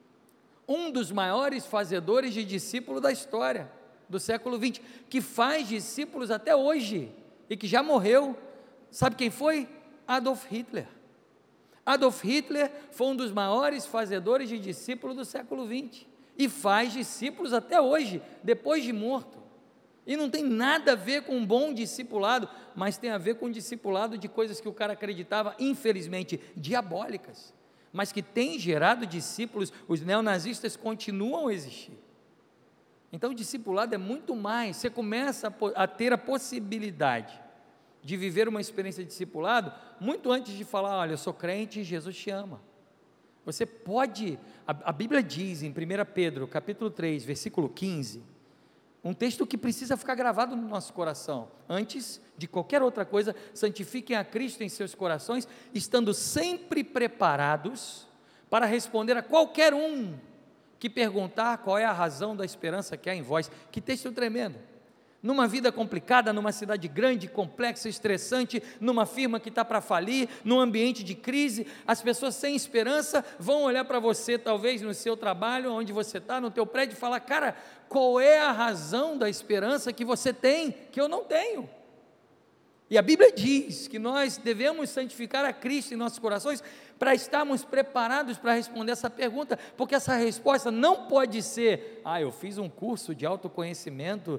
um dos maiores fazedores de discípulos da história, do século XX, que faz discípulos até hoje, e que já morreu, sabe quem foi? Adolf Hitler. Adolf Hitler foi um dos maiores fazedores de discípulos do século XX, e faz discípulos até hoje, depois de morto, e não tem nada a ver com um bom discipulado, mas tem a ver com um discipulado de coisas que o cara acreditava, infelizmente, diabólicas, mas que tem gerado discípulos. Os neonazistas continuam a existir. Então o discipulado é muito mais, você começa a ter a possibilidade de viver uma experiência de discipulado, muito antes de falar, olha, eu sou crente, Jesus te ama. Você pode, a Bíblia diz em 1 Pedro, capítulo 3, versículo 15, um texto que precisa ficar gravado no nosso coração, antes de qualquer outra coisa, santifiquem a Cristo em seus corações, estando sempre preparados para responder a qualquer um que perguntar qual é a razão da esperança que há em vós. Que texto tremendo! Numa vida complicada, numa cidade grande, complexa, estressante, numa firma que está para falir, num ambiente de crise, as pessoas sem esperança vão olhar para você, talvez no seu trabalho, onde você está, no teu prédio, e falar, cara, qual é a razão da esperança que você tem, que eu não tenho? E a Bíblia diz que nós devemos santificar a Cristo em nossos corações, para estarmos preparados para responder essa pergunta, porque essa resposta não pode ser, eu fiz um curso de autoconhecimento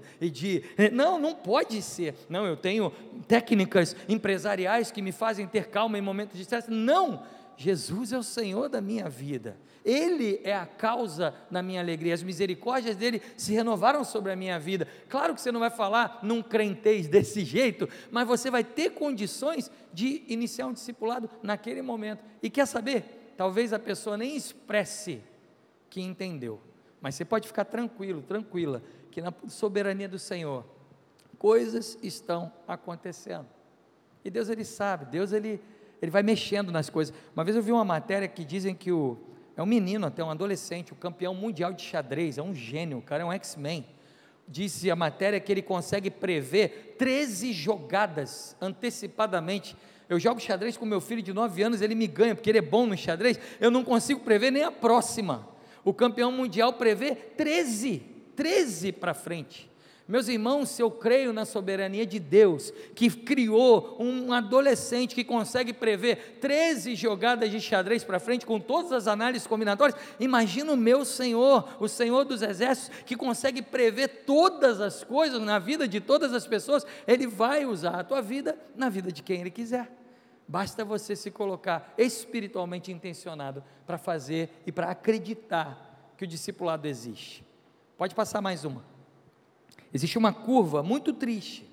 não pode ser, não, eu tenho técnicas empresariais que me fazem ter calma em momentos de estresse. Não, Jesus é o Senhor da minha vida, Ele é a causa da minha alegria, as misericórdias dEle se renovaram sobre a minha vida. Claro que você não vai falar num crentez desse jeito, mas você vai ter condições de iniciar um discipulado naquele momento. E quer saber? Talvez a pessoa nem expresse que entendeu, mas você pode ficar tranquilo, tranquila, que na soberania do Senhor, coisas estão acontecendo, e Deus Ele sabe, Deus Ele vai mexendo nas coisas. Uma vez eu vi uma matéria que dizem que é um menino, até um adolescente, o campeão mundial de xadrez, é um gênio, o cara é um X-Men. Disse a matéria que ele consegue prever 13 jogadas antecipadamente. Eu jogo xadrez com meu filho de 9 anos, ele me ganha, porque ele é bom no xadrez, eu não consigo prever nem a próxima. O campeão mundial prevê 13 para frente. Meus irmãos, se eu creio na soberania de Deus, que criou um adolescente que consegue prever 13 jogadas de xadrez para frente, com todas as análises combinatórias, imagina o meu Senhor, o Senhor dos exércitos, que consegue prever todas as coisas na vida de todas as pessoas. Ele vai usar a tua vida na vida de quem Ele quiser. Basta você se colocar espiritualmente intencionado para fazer e para acreditar que o discipulado existe. Pode passar mais uma. Existe uma curva muito triste,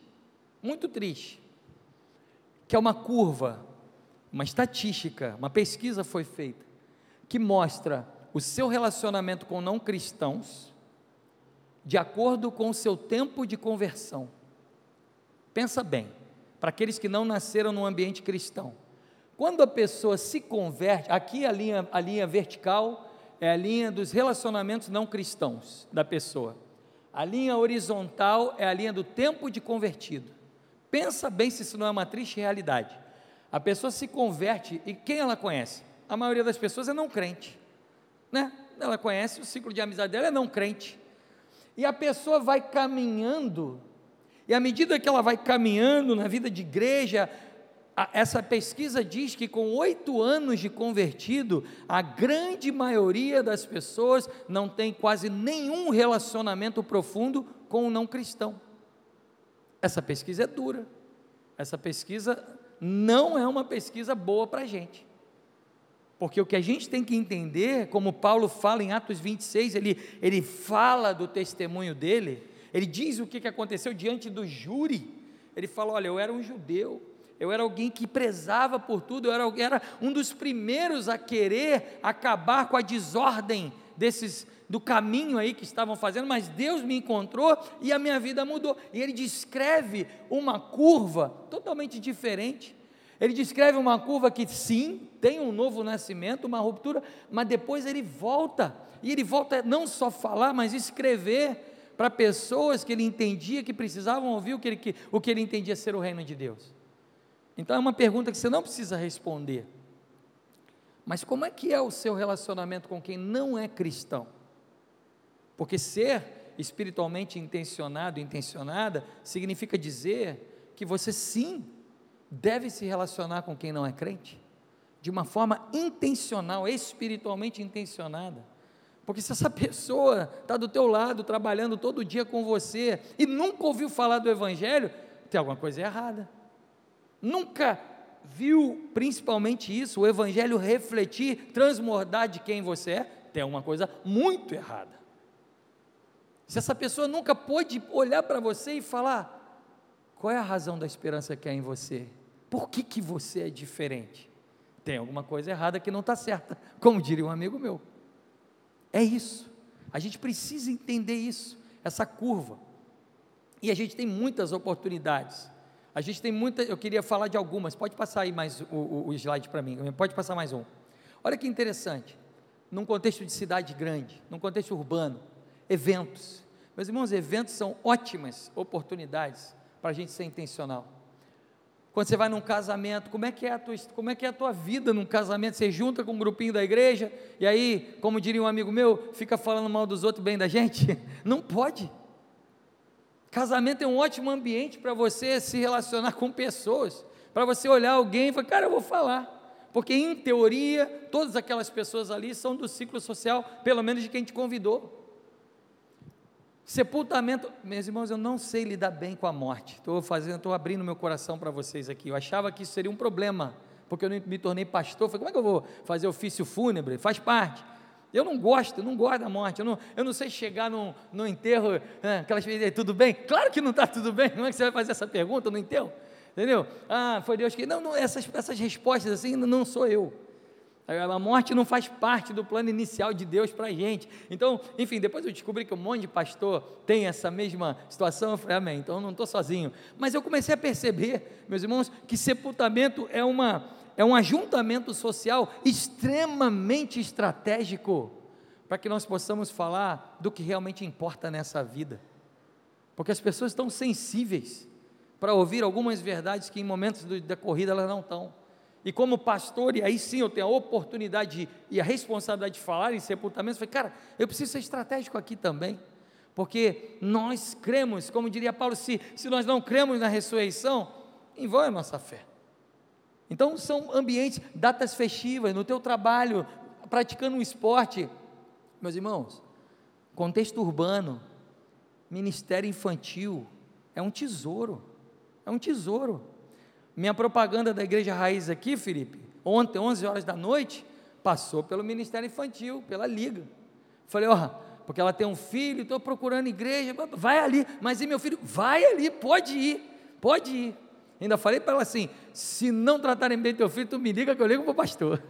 que é uma curva, uma estatística, uma pesquisa foi feita, que mostra o seu relacionamento com não cristãos, de acordo com o seu tempo de conversão. Pensa bem, para aqueles que não nasceram num ambiente cristão, quando a pessoa se converte, aqui a linha vertical é a linha dos relacionamentos não cristãos da pessoa, a linha horizontal é a linha do tempo de convertido. Pensa bem se isso não é uma triste realidade. A pessoa se converte, e quem ela conhece? A maioria das pessoas é não crente, né? Ela conhece, o ciclo de amizade dela é não crente, e a pessoa vai caminhando, e à medida que ela vai caminhando na vida de igreja, essa pesquisa diz que com 8 anos de convertido, a grande maioria das pessoas não tem quase nenhum relacionamento profundo com o não cristão. Essa pesquisa é dura, essa pesquisa não é uma pesquisa boa para a gente, porque o que a gente tem que entender, como Paulo fala em Atos 26, ele fala do testemunho dele, ele diz o que aconteceu diante do júri. Ele fala: olha, eu era um judeu, eu era alguém que prezava por tudo, eu era um dos primeiros a querer acabar com a desordem do caminho aí que estavam fazendo, mas Deus me encontrou e a minha vida mudou. E ele descreve uma curva totalmente diferente. Ele descreve uma curva que sim, tem um novo nascimento, uma ruptura, mas depois ele volta, e ele volta não só falar, mas escrever para pessoas que ele entendia que precisavam ouvir o que ele entendia ser o reino de Deus. Então é uma pergunta que você não precisa responder, mas como é que é o seu relacionamento com quem não é cristão? Porque ser espiritualmente intencionado, intencionada, significa dizer que você sim deve se relacionar com quem não é crente, de uma forma intencional, espiritualmente intencionada, porque se essa pessoa está do teu lado, trabalhando todo dia com você, e nunca ouviu falar do Evangelho, tem alguma coisa errada, nunca viu principalmente isso, o Evangelho refletir, transbordar de quem você é, tem alguma coisa muito errada. Se essa pessoa nunca pôde olhar para você e falar, qual é a razão da esperança que há em você? Por que você é diferente? Tem alguma coisa errada que não está certa, como diria um amigo meu. É isso, a gente precisa entender isso, essa curva, e a gente tem muitas oportunidades, eu queria falar de algumas, pode passar aí mais o slide para mim, pode passar mais um. Olha que interessante, num contexto de cidade grande, num contexto urbano, eventos, meus irmãos, eventos são ótimas oportunidades para a gente ser intencional. Quando você vai num casamento, como é que é a tua vida num casamento? Você junta com um grupinho da igreja, e aí, como diria um amigo meu, fica falando mal dos outros, bem da gente? Não pode. Casamento é um ótimo ambiente para você se relacionar com pessoas, para você olhar alguém e falar, cara, eu vou falar, porque em teoria, todas aquelas pessoas ali são do ciclo social, pelo menos de quem te convidou. Sepultamento, meus irmãos, eu não sei lidar bem com a morte, estou abrindo meu coração para vocês aqui, eu achava que isso seria um problema, porque eu me tornei pastor, falei, como é que eu vou fazer ofício fúnebre? Faz parte, eu não gosto da morte, eu não sei chegar no enterro, aquelas vezes, tudo bem? Claro que não está tudo bem, como é que você vai fazer essa pergunta no enterro? Entendeu? Foi Deus que, não essas respostas assim, não sou eu. A morte não faz parte do plano inicial de Deus para a gente. Então, enfim, depois eu descobri que um monte de pastor tem essa mesma situação. Eu falei, amém, então eu não estou sozinho. Mas eu comecei a perceber, meus irmãos, que sepultamento é um ajuntamento social extremamente estratégico para que nós possamos falar do que realmente importa nessa vida. Porque as pessoas estão sensíveis para ouvir algumas verdades que em momentos da corrida elas não estão. E como pastor, e aí sim eu tenho a oportunidade e a responsabilidade de falar em sepultamento, eu falei, cara, eu preciso ser estratégico aqui também, porque nós cremos, como diria Paulo, se nós não cremos na ressurreição, em vão é a nossa fé. Então são ambientes, datas festivas, no teu trabalho, praticando um esporte, meus irmãos, contexto urbano, ministério infantil, é um tesouro, minha propaganda da Igreja Raiz aqui, Felipe, ontem, 11 horas da noite, passou pelo ministério infantil, pela liga, falei, porque ela tem um filho, estou procurando igreja, vai ali, mas e meu filho, vai ali, pode ir, ainda falei para ela assim, se não tratarem bem teu filho, tu me liga que eu ligo para o pastor,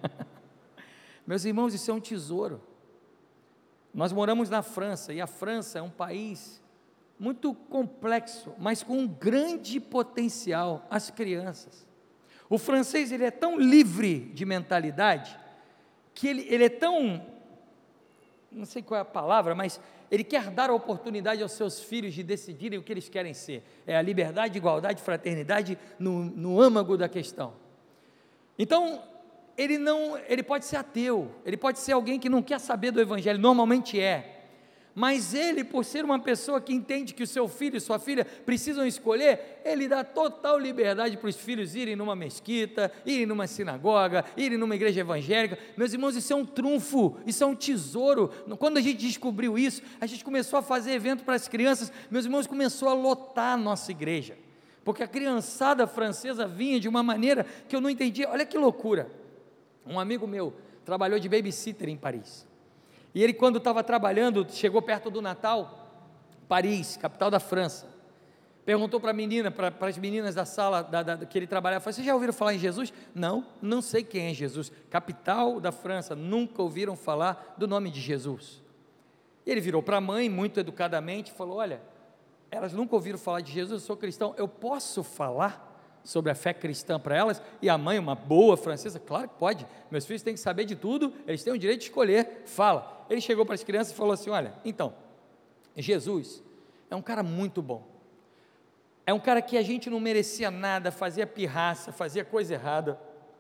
meus irmãos, isso é um tesouro. Nós moramos na França, e a França é um país muito complexo, mas com um grande potencial, as crianças. O francês, ele é tão livre de mentalidade, que ele é tão, não sei qual é a palavra, mas ele quer dar a oportunidade aos seus filhos de decidirem o que eles querem ser, é a liberdade, igualdade, fraternidade no âmago da questão. Então, ele pode ser ateu, ele pode ser alguém que não quer saber do evangelho, normalmente mas ele, por ser uma pessoa que entende que o seu filho e sua filha precisam escolher, ele dá total liberdade para os filhos irem numa mesquita, irem numa sinagoga, irem numa igreja evangélica. Meus irmãos, isso é um trunfo, isso é um tesouro. Quando a gente descobriu isso, a gente começou a fazer evento para as crianças, meus irmãos, começou a lotar a nossa igreja, porque a criançada francesa vinha de uma maneira que eu não entendia. Olha que loucura, um amigo meu trabalhou de babysitter em Paris, e ele, quando estava trabalhando, chegou perto do Natal, Paris, capital da França, perguntou para as meninas da sala que ele trabalhava, falou, vocês já ouviram falar em Jesus? Não sei quem é Jesus, capital da França, nunca ouviram falar do nome de Jesus. E ele virou para a mãe, muito educadamente, falou, olha, elas nunca ouviram falar de Jesus, eu sou cristão, eu posso falar sobre a fé cristã para elas? E a mãe, uma boa francesa, claro que pode, meus filhos têm que saber de tudo, eles têm o direito de escolher, fala. Ele chegou para as crianças e falou assim, olha, então, Jesus é um cara muito bom, é um cara que a gente não merecia nada, fazia pirraça, fazia coisa errada,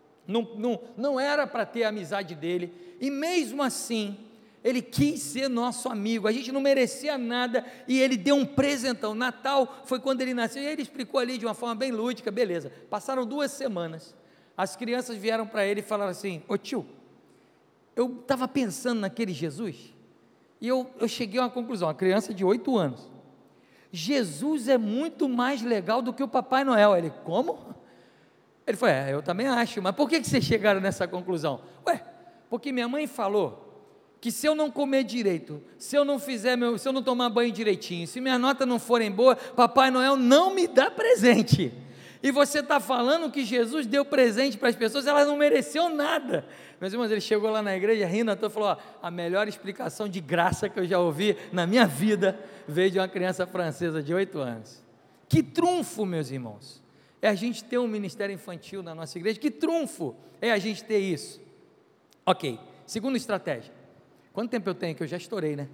não era para ter a amizade dele, e mesmo assim, ele quis ser nosso amigo, a gente não merecia nada, e ele deu um presentão. Natal foi quando ele nasceu, e ele explicou ali de uma forma bem lúdica, beleza, passaram 2 semanas, as crianças vieram para ele e falaram assim, ô tio, eu estava pensando naquele Jesus, e eu cheguei a uma conclusão, uma criança de 8 anos, Jesus é muito mais legal do que o Papai Noel. Ele, como? Ele falou, eu também acho, mas por que vocês chegaram nessa conclusão? Porque minha mãe falou, que se eu não comer direito, se eu não tomar banho direitinho, se minhas notas não forem boas, Papai Noel não me dá presente, e você está falando que Jesus deu presente para as pessoas, elas não mereciam nada. Meus irmãos, ele chegou lá na igreja rindo, e falou, a melhor explicação de graça que eu já ouvi na minha vida, veio de uma criança francesa de 8 anos, que trunfo, meus irmãos, é a gente ter um ministério infantil na nossa igreja, que trunfo é a gente ter isso. Ok, segunda estratégia, quanto tempo eu tenho que eu já estourei, né?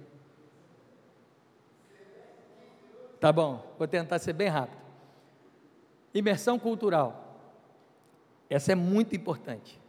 Tá bom, vou tentar ser bem rápido. Imersão cultural, essa é muito importante.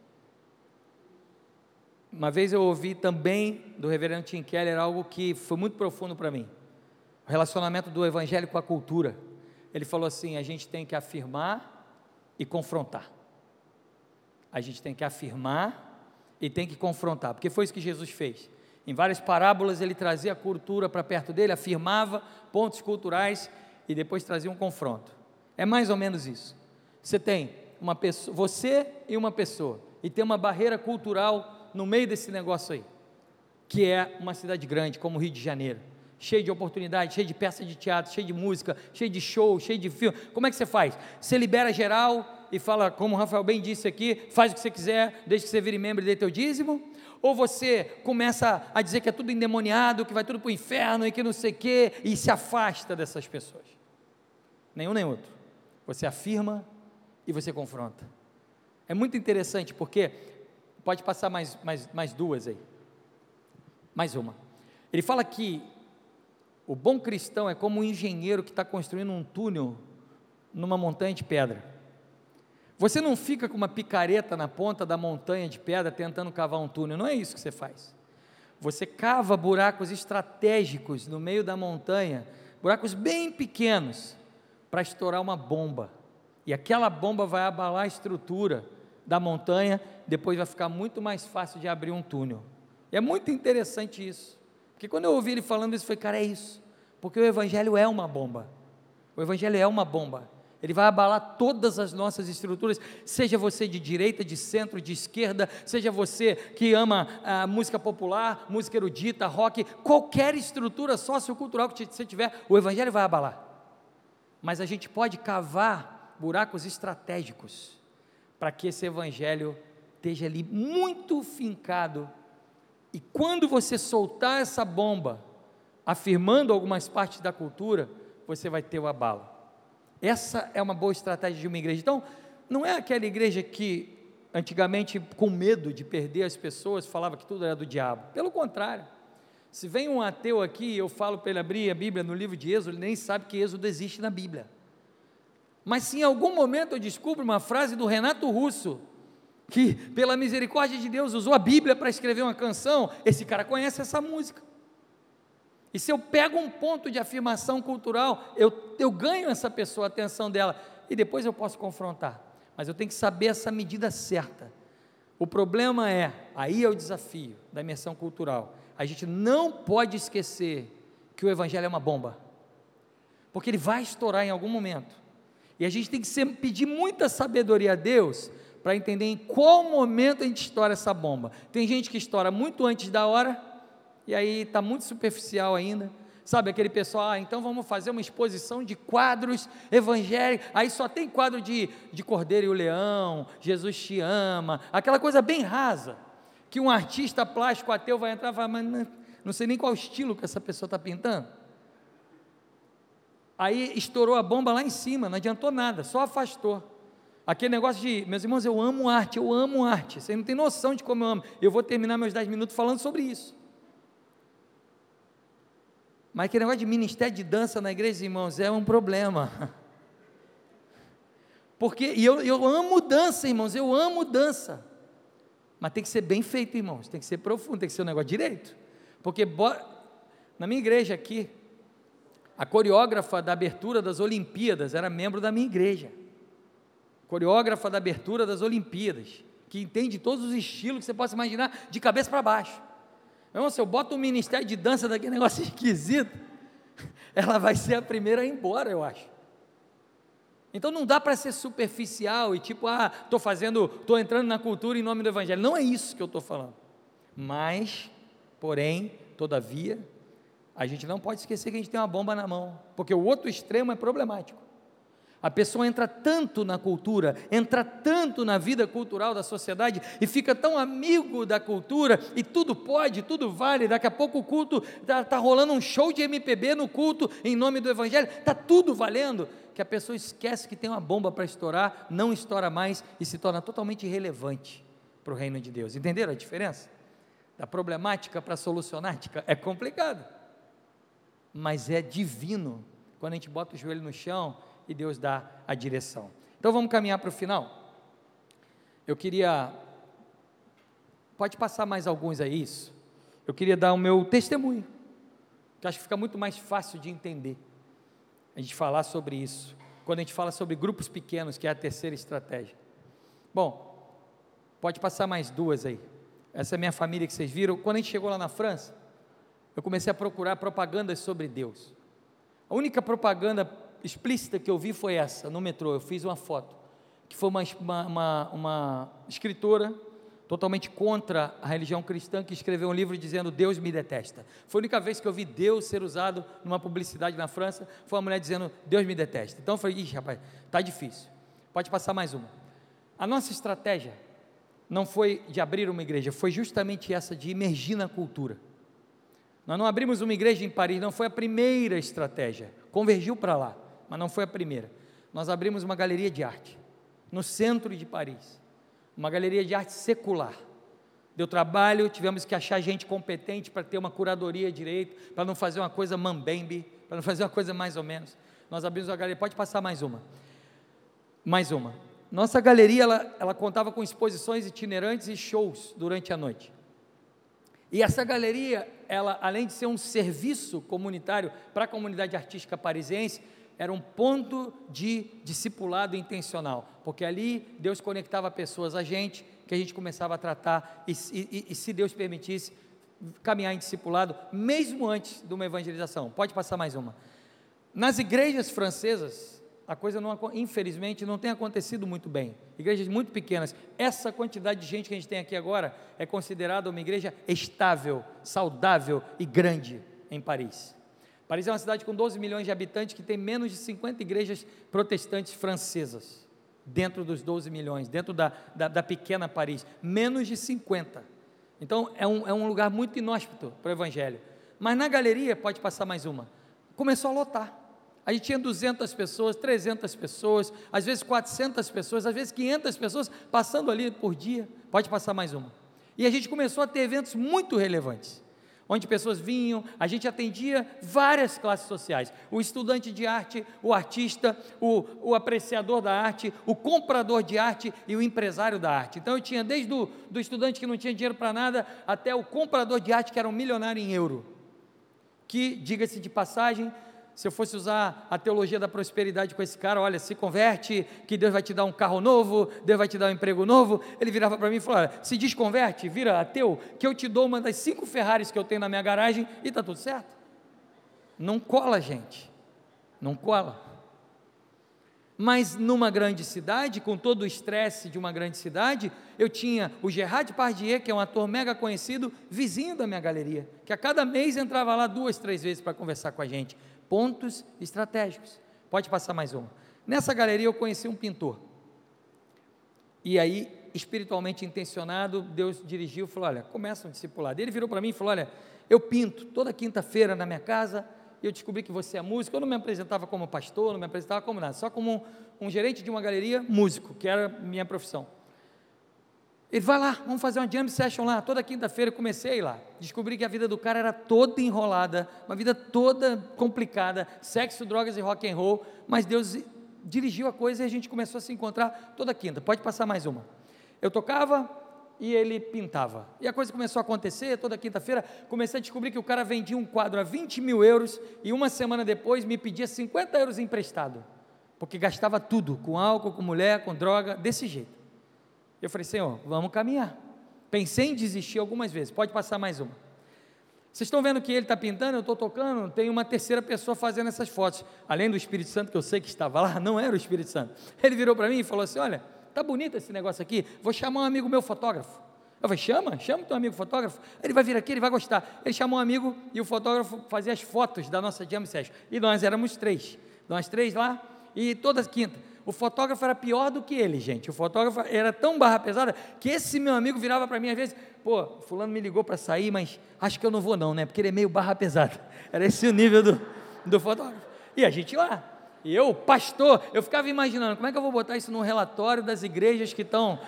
Uma vez eu ouvi também do reverendo Tim Keller algo que foi muito profundo para mim, o relacionamento do evangelho com a cultura. Ele falou assim, a gente tem que afirmar e confrontar, a gente tem que afirmar e tem que confrontar, porque foi isso que Jesus fez. Em várias parábolas ele trazia a cultura para perto dele, afirmava pontos culturais e depois trazia um confronto. É mais ou menos isso. Você tem uma pessoa, você e uma pessoa, e tem uma barreira cultural no meio desse negócio aí, que é uma cidade grande como o Rio de Janeiro, cheio de oportunidades, cheio de peças de teatro, cheio de música, cheio de show, cheio de filme. Como é que você faz? Você libera geral e fala, como o Rafael bem disse aqui, faz o que você quiser, desde que você vire membro e dê teu dízimo? Ou você começa a dizer que é tudo endemoniado, que vai tudo para o inferno e que não sei o quê, e se afasta dessas pessoas? Nenhum nem outro. Você afirma e você confronta. É muito interessante porque, pode passar mais duas aí, mais uma. Ele fala que o bom cristão é como um engenheiro que está construindo um túnel numa montanha de pedra. Você não fica com uma picareta na ponta da montanha de pedra tentando cavar um túnel, não é isso que você faz. Você cava buracos estratégicos no meio da montanha, buracos bem pequenos, para estourar uma bomba, e aquela bomba vai abalar a estrutura da montanha, depois vai ficar muito mais fácil de abrir um túnel. E é muito interessante isso, porque quando eu ouvi ele falando isso, eu falei, cara, é isso, porque o Evangelho é uma bomba, o Evangelho é uma bomba, ele vai abalar todas as nossas estruturas, seja você de direita, de centro, de esquerda, seja você que ama a música popular, música erudita, rock, qualquer estrutura sociocultural que você tiver, o Evangelho vai abalar. Mas a gente pode cavar buracos estratégicos, para que esse Evangelho esteja ali muito fincado, e quando você soltar essa bomba, afirmando algumas partes da cultura, você vai ter o abalo. Essa é uma boa estratégia de uma igreja. Então, não é aquela igreja que antigamente, com medo de perder as pessoas, falava que tudo era do diabo. Pelo contrário, se vem um ateu aqui, eu falo para ele abrir a Bíblia no livro de Êxodo, ele nem sabe que Êxodo existe na Bíblia. Mas se em algum momento eu descubro uma frase do Renato Russo, que pela misericórdia de Deus usou a Bíblia para escrever uma canção, esse cara conhece essa música. E se eu pego um ponto de afirmação cultural, eu ganho essa pessoa, a atenção dela, e depois eu posso confrontar, mas eu tenho que saber essa medida certa. O problema é, aí é o desafio da imersão cultural, a gente não pode esquecer que o Evangelho é uma bomba, porque ele vai estourar em algum momento, e a gente tem que pedir muita sabedoria a Deus, para entender em qual momento a gente estoura essa bomba. Tem gente que estoura muito antes da hora, e aí está muito superficial ainda, sabe, aquele pessoal, então vamos fazer uma exposição de quadros evangélicos, aí só tem quadro de Cordeiro e o Leão, Jesus te ama, aquela coisa bem rasa, que um artista plástico ateu vai entrar e falar, mas não sei nem qual estilo que essa pessoa está pintando, aí estourou a bomba lá em cima, não adiantou nada, só afastou, aquele negócio de, meus irmãos, eu amo arte, vocês não têm noção de como eu amo, eu vou terminar meus 10 minutos falando sobre isso, mas aquele negócio de ministério de dança na igreja, irmãos, é um problema, porque, e eu amo dança, irmãos, eu amo dança, mas tem que ser bem feito, irmãos, tem que ser profundo, tem que ser um negócio direito, porque na minha igreja aqui, a coreógrafa da abertura das Olimpíadas era membro da minha igreja, coreógrafa da abertura das Olimpíadas, que entende todos os estilos que você possa imaginar, de cabeça para baixo. Irmão, se eu boto um ministério de dança daquele negócio esquisito, ela vai ser a primeira a ir embora, eu acho. Então não dá para ser superficial e tipo, estou entrando na cultura em nome do Evangelho. Não é isso que eu estou falando. Mas, porém, todavia, a gente não pode esquecer que a gente tem uma bomba na mão, porque o outro extremo é problemático. A pessoa entra tanto na cultura, entra tanto na vida cultural da sociedade e fica tão amigo da cultura e tudo pode, tudo vale, daqui a pouco o culto, está rolando um show de MPB no culto em nome do Evangelho, está tudo valendo, que a pessoa esquece que tem uma bomba para estourar, não estoura mais e se torna totalmente irrelevante para o reino de Deus. Entenderam a diferença? Da problemática para a solucionática é complicado, mas é divino quando a gente bota o joelho no chão e Deus dá a direção. Então vamos caminhar para o final. Eu queria, pode passar mais alguns aí, isso. Eu queria dar o meu testemunho, que acho que fica muito mais fácil de entender, a gente falar sobre isso, quando a gente fala sobre grupos pequenos, que é a terceira estratégia. Bom, pode passar mais duas aí. Essa é a minha família que vocês viram. Quando a gente chegou lá na França, eu comecei a procurar propagandas sobre Deus. A única propaganda explícita que eu vi foi essa, no metrô, eu fiz uma foto, que foi uma escritora, totalmente contra a religião cristã, que escreveu um livro dizendo, Deus me detesta. Foi a única vez que eu vi Deus ser usado numa publicidade na França, foi uma mulher dizendo, Deus me detesta. Então eu falei, ixi rapaz, está difícil, pode passar mais uma. A nossa estratégia não foi de abrir uma igreja, foi justamente essa, de imergir na cultura. Nós não abrimos uma igreja em Paris, não foi a primeira estratégia, convergiu para lá, mas não foi a primeira. Nós abrimos uma galeria de arte, no centro de Paris, uma galeria de arte secular. Deu trabalho, tivemos que achar gente competente para ter uma curadoria direito, para não fazer uma coisa mambembe, para não fazer uma coisa mais ou menos. Nós abrimos uma galeria, pode passar mais uma. Nossa galeria, ela contava com exposições itinerantes e shows durante a noite. E essa galeria, ela, além de ser um serviço comunitário para a comunidade artística parisiense, era um ponto de discipulado intencional, porque ali Deus conectava pessoas a gente, que a gente começava a tratar, e se Deus permitisse, caminhar em discipulado, mesmo antes de uma evangelização. Pode passar mais uma. Nas igrejas francesas, a coisa, infelizmente, não tem acontecido muito bem. Igrejas muito pequenas. Essa quantidade de gente que a gente tem aqui agora é considerada uma igreja estável, saudável e grande em Paris. Paris é uma cidade com 12 milhões de habitantes que tem menos de 50 igrejas protestantes francesas, dentro dos 12 milhões, dentro da pequena Paris, menos de 50. Então é um lugar muito inóspito para o evangelho. Mas na galeria, pode passar mais uma, começou a lotar. A gente tinha 200 pessoas, 300 pessoas, às vezes 400 pessoas, às vezes 500 pessoas passando ali por dia. Pode passar mais uma. E a gente começou a ter eventos muito relevantes, onde pessoas vinham, a gente atendia várias classes sociais, o estudante de arte, o artista, o apreciador da arte, o comprador de arte e o empresário da arte. Então eu tinha desde do estudante que não tinha dinheiro para nada, até o comprador de arte que era um milionário em euro, que, diga-se de passagem, se eu fosse usar a teologia da prosperidade com esse cara, olha, se converte, que Deus vai te dar um carro novo, Deus vai te dar um emprego novo. Ele virava para mim e falou, olha, se desconverte, vira ateu, que eu te dou uma das 5 Ferraris que eu tenho na minha garagem e está tudo certo. Não cola, gente, não cola. Mas numa grande cidade, com todo o estresse de uma grande cidade, eu tinha o Gerard Depardieu, que é um ator mega conhecido, vizinho da minha galeria, que a cada mês entrava lá 2, 3 vezes para conversar com a gente. Pontos estratégicos. Pode passar mais uma. Nessa galeria eu conheci um pintor, e aí, espiritualmente intencionado, Deus dirigiu e falou, olha, começa um discipulado. Ele virou para mim e falou, olha, eu pinto toda quinta-feira na minha casa, e eu descobri que você é músico. Eu não me apresentava como pastor, não me apresentava como nada, só como um gerente de uma galeria, músico, que era minha profissão. Ele vai lá, vamos fazer uma jam session lá, toda quinta-feira. Eu comecei a ir lá, descobri que a vida do cara era toda enrolada, uma vida toda complicada, sexo, drogas e rock and roll, mas Deus dirigiu a coisa e a gente começou a se encontrar toda quinta. Pode passar mais uma. Eu tocava e ele pintava, e a coisa começou a acontecer. Toda quinta-feira comecei a descobrir que o cara vendia um quadro a 20 mil euros, e uma semana depois me pedia 50 euros emprestado, porque gastava tudo, com álcool, com mulher, com droga, desse jeito. Eu falei, Senhor, vamos caminhar. Pensei em desistir algumas vezes. Pode passar mais uma. Vocês estão vendo que ele está pintando, eu estou tocando, tem uma terceira pessoa fazendo essas fotos, além do Espírito Santo, que eu sei que estava lá, não era o Espírito Santo. Ele virou para mim e falou assim, olha, está bonito esse negócio aqui, vou chamar um amigo meu fotógrafo. Eu falei, chama o teu amigo fotógrafo, ele vai vir aqui, ele vai gostar. Ele chamou um amigo e o fotógrafo fazia as fotos da nossa jam session, e nós éramos 3, nós 3 lá, e toda quinta. O fotógrafo era pior do que ele, gente. O fotógrafo era tão barra pesada que esse meu amigo virava para mim às vezes, pô, fulano me ligou para sair, mas acho que eu não vou não, né, porque ele é meio barra pesada. Era esse o nível do fotógrafo. E a gente lá, e eu, pastor, eu ficava imaginando, como é que eu vou botar isso no relatório das igrejas que estão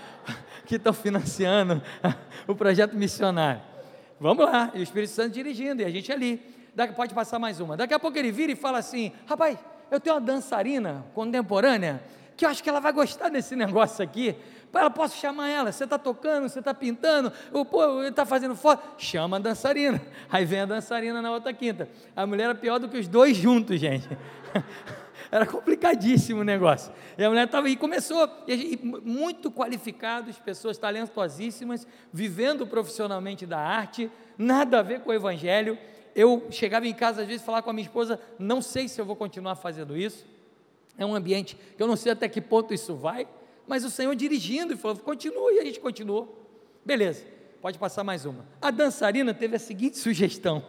financiando o projeto missionário? Vamos lá, e o Espírito Santo dirigindo, e a gente ali. Pode passar mais uma. Daqui a pouco ele vira e fala assim, rapaz, eu tenho uma dançarina contemporânea, que eu acho que ela vai gostar desse negócio aqui, posso chamar ela, você está tocando, você está pintando, ele está fazendo foto, chama a dançarina. Aí vem a dançarina na outra quinta. A mulher era pior do que os 2 juntos, gente. Era complicadíssimo o negócio, e a mulher estava aí, começou, e muito qualificados, pessoas talentosíssimas, vivendo profissionalmente da arte, nada a ver com o evangelho. Eu chegava em casa às vezes, falar com a minha esposa, não sei se eu vou continuar fazendo isso, é um ambiente que eu não sei até que ponto isso vai, mas o Senhor dirigindo, e falou, continua, e a gente continuou, beleza, pode passar mais uma. A dançarina teve a seguinte sugestão,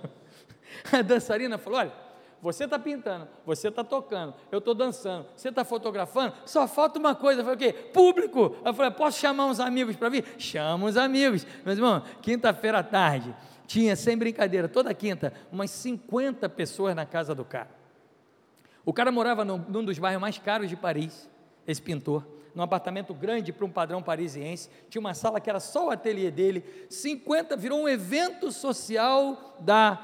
a dançarina falou, olha, você está pintando, você está tocando, eu estou dançando, você está fotografando, só falta uma coisa. Eu falei, o quê? Público. Eu falei, posso chamar uns amigos para vir? Chama os amigos. Meus irmãos, quinta-feira à tarde, tinha, sem brincadeira, toda quinta, umas 50 pessoas na casa do cara. O cara morava num dos bairros mais caros de Paris, esse pintor, num apartamento grande para um padrão parisiense, tinha uma sala que era só o ateliê dele, 50, virou um evento social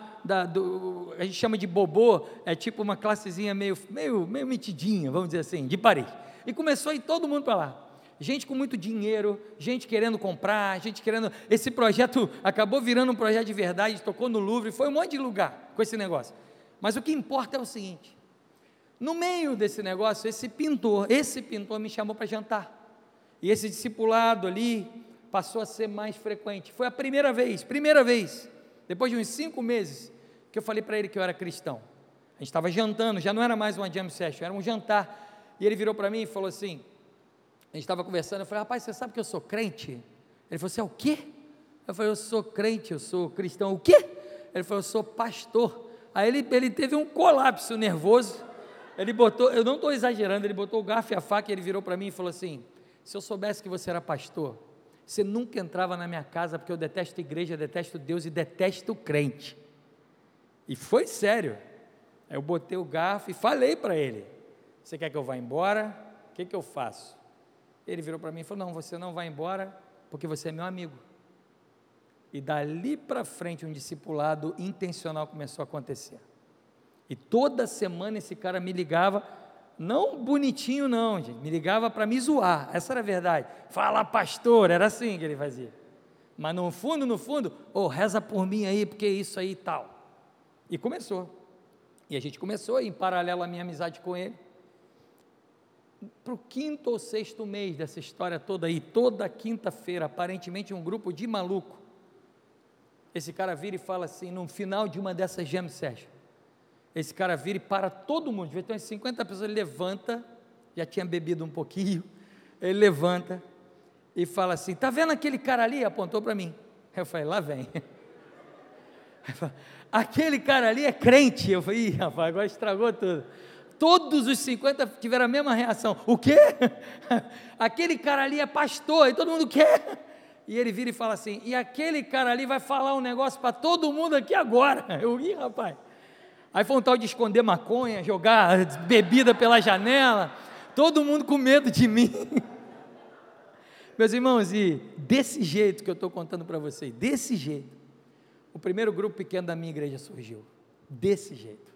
a gente chama de bobô, é tipo uma classezinha meio metidinha, vamos dizer assim, de Paris, e começou a ir todo mundo para lá. Gente com muito dinheiro, gente querendo comprar, gente querendo, esse projeto acabou virando um projeto de verdade, tocou no Louvre, foi um monte de lugar com esse negócio, mas o que importa é o seguinte, no meio desse negócio, esse pintor me chamou para jantar, e esse discipulado ali, passou a ser mais frequente, foi a primeira vez, depois de uns 5 meses, que eu falei para ele que eu era cristão, a gente estava jantando, já não era mais uma jam session, era um jantar, e ele virou para mim e falou assim, a gente estava conversando, eu falei, rapaz, você sabe que eu sou crente? Ele falou, você é o quê? Eu falei, eu sou crente, eu sou cristão, o quê? Ele falou, eu sou pastor, aí ele teve um colapso nervoso, ele botou, eu não estou exagerando, ele botou o garfo e a faca, e ele virou para mim e falou assim, se eu soubesse que você era pastor, você nunca entrava na minha casa, porque eu detesto igreja, detesto Deus e detesto crente, e foi sério, aí eu botei o garfo e falei para ele, você quer que eu vá embora? O que eu faço? Ele virou para mim e falou, não, você não vai embora, porque você é meu amigo, e dali para frente um discipulado intencional começou a acontecer, e toda semana esse cara me ligava, não bonitinho não, gente, me ligava para me zoar, essa era a verdade, fala pastor, era assim que ele fazia, mas no fundo, reza por mim aí, porque isso aí e tal, e começou, e a gente começou, em paralelo à minha amizade com ele, para o 5º ou 6º mês dessa história toda aí, toda quinta-feira, aparentemente um grupo de maluco, esse cara vira e fala assim, no final de uma dessas jam sessions, esse cara vira e para todo mundo, devia ter umas 50 pessoas, ele levanta, já tinha bebido um pouquinho, ele levanta e fala assim, está vendo aquele cara ali? Apontou para mim, eu falei, lá vem, aquele cara ali é crente, eu falei, ih rapaz, agora estragou tudo, todos os 50 tiveram a mesma reação, o quê? Aquele cara ali é pastor, e todo mundo quer, e ele vira e fala assim, e aquele cara ali vai falar um negócio para todo mundo aqui agora, eu ri rapaz, aí foi um tal de esconder maconha, jogar bebida pela janela, todo mundo com medo de mim, meus irmãos, e desse jeito que eu estou contando para vocês, desse jeito, o primeiro grupo pequeno da minha igreja surgiu, desse jeito,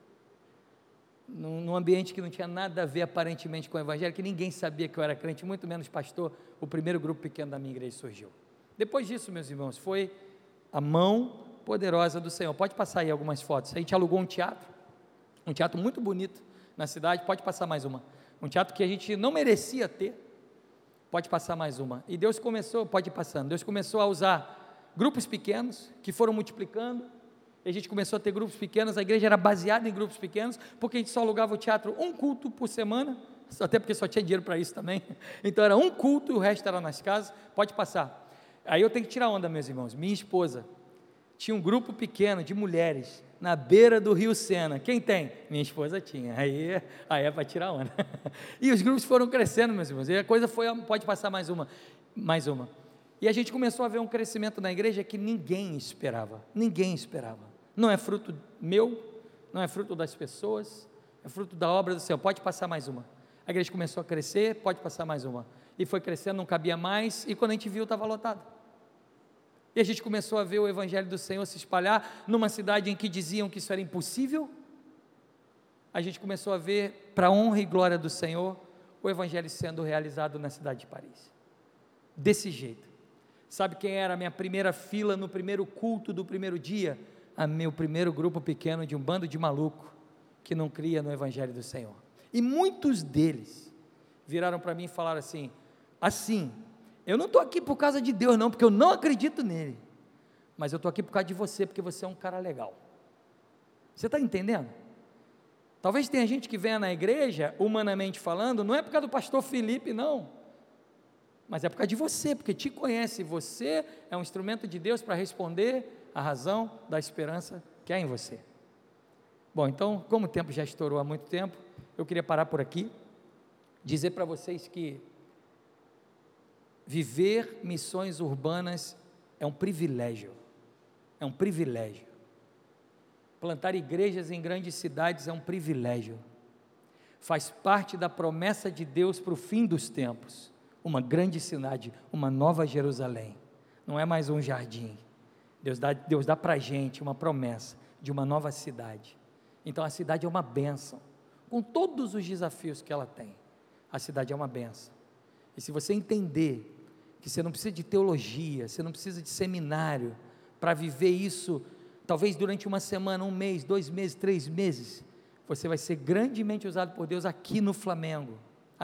num ambiente que não tinha nada a ver aparentemente com o evangelho, que ninguém sabia que eu era crente, muito menos pastor, o primeiro grupo pequeno da minha igreja surgiu. Depois disso, meus irmãos, foi a mão poderosa do Senhor. Pode passar aí algumas fotos. A gente alugou um teatro muito bonito na cidade, pode passar mais uma. Um teatro que a gente não merecia ter, pode passar mais uma. E Deus começou, pode ir passando, Deus começou a usar grupos pequenos, que foram multiplicando, e a gente começou a ter grupos pequenos, a igreja era baseada em grupos pequenos, porque a gente só alugava o teatro um culto por semana, até porque só tinha dinheiro para isso também, então era um culto e o resto era nas casas, pode passar. Aí eu tenho que tirar onda, meus irmãos, minha esposa tinha um grupo pequeno de mulheres, na beira do rio Sena, quem tem? Minha esposa tinha, aí é para tirar onda, e os grupos foram crescendo, meus irmãos, e a coisa foi, pode passar mais uma, e a gente começou a ver um crescimento na igreja que ninguém esperava, não é fruto meu, não é fruto das pessoas, é fruto da obra do Senhor, pode passar mais uma, a igreja começou a crescer, pode passar mais uma, e foi crescendo, não cabia mais, e quando a gente viu estava lotado, e a gente começou a ver o evangelho do Senhor se espalhar, numa cidade em que diziam que isso era impossível, a gente começou a ver, para a honra e glória do Senhor, o evangelho sendo realizado na cidade de Paris, desse jeito. Sabe quem era a minha primeira fila no primeiro culto do primeiro dia? Meu primeiro grupo pequeno de um bando de maluco, que não cria no evangelho do Senhor, e muitos deles viraram para mim e falaram assim, eu não estou aqui por causa de Deus não, porque eu não acredito nele, mas eu estou aqui por causa de você, porque você é um cara legal, você está entendendo? Talvez tenha gente que venha na igreja, humanamente falando, não é por causa do pastor Felipe não, mas é por causa de você, porque te conhece, você é um instrumento de Deus para responder a razão da esperança que há em você. Bom, então, como o tempo já estourou há muito tempo, eu queria parar por aqui, dizer para vocês que viver missões urbanas é um privilégio, plantar igrejas em grandes cidades é um privilégio, faz parte da promessa de Deus para o fim dos tempos, uma grande cidade, uma nova Jerusalém, não é mais um jardim, Deus dá para a gente uma promessa de uma nova cidade, então a cidade é uma bênção, com todos os desafios que ela tem, a cidade é uma bênção, E se você entender que você não precisa de teologia, você não precisa de seminário para viver isso, talvez durante uma semana, 1 mês, 2 meses, 3 meses, você vai ser grandemente usado por Deus aqui no Flamengo,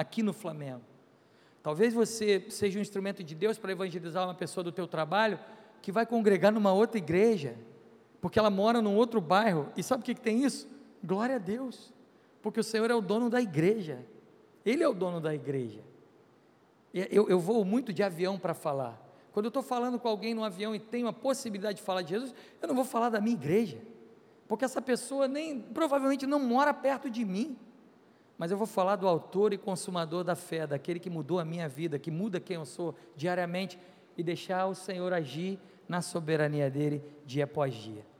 Talvez você seja um instrumento de Deus para evangelizar uma pessoa do teu trabalho, que vai congregar numa outra igreja, porque ela mora num outro bairro, e sabe o que tem isso? Glória a Deus, porque o Senhor é o dono da igreja, Ele é o dono da igreja. Eu vou muito de avião para falar. Quando eu estou falando com alguém no avião e tenho a possibilidade de falar de Jesus, eu não vou falar da minha igreja, porque essa pessoa provavelmente não mora perto de mim, mas eu vou falar do autor e consumador da fé, daquele que mudou a minha vida, que muda quem eu sou diariamente, e deixar o Senhor agir na soberania dele dia após dia.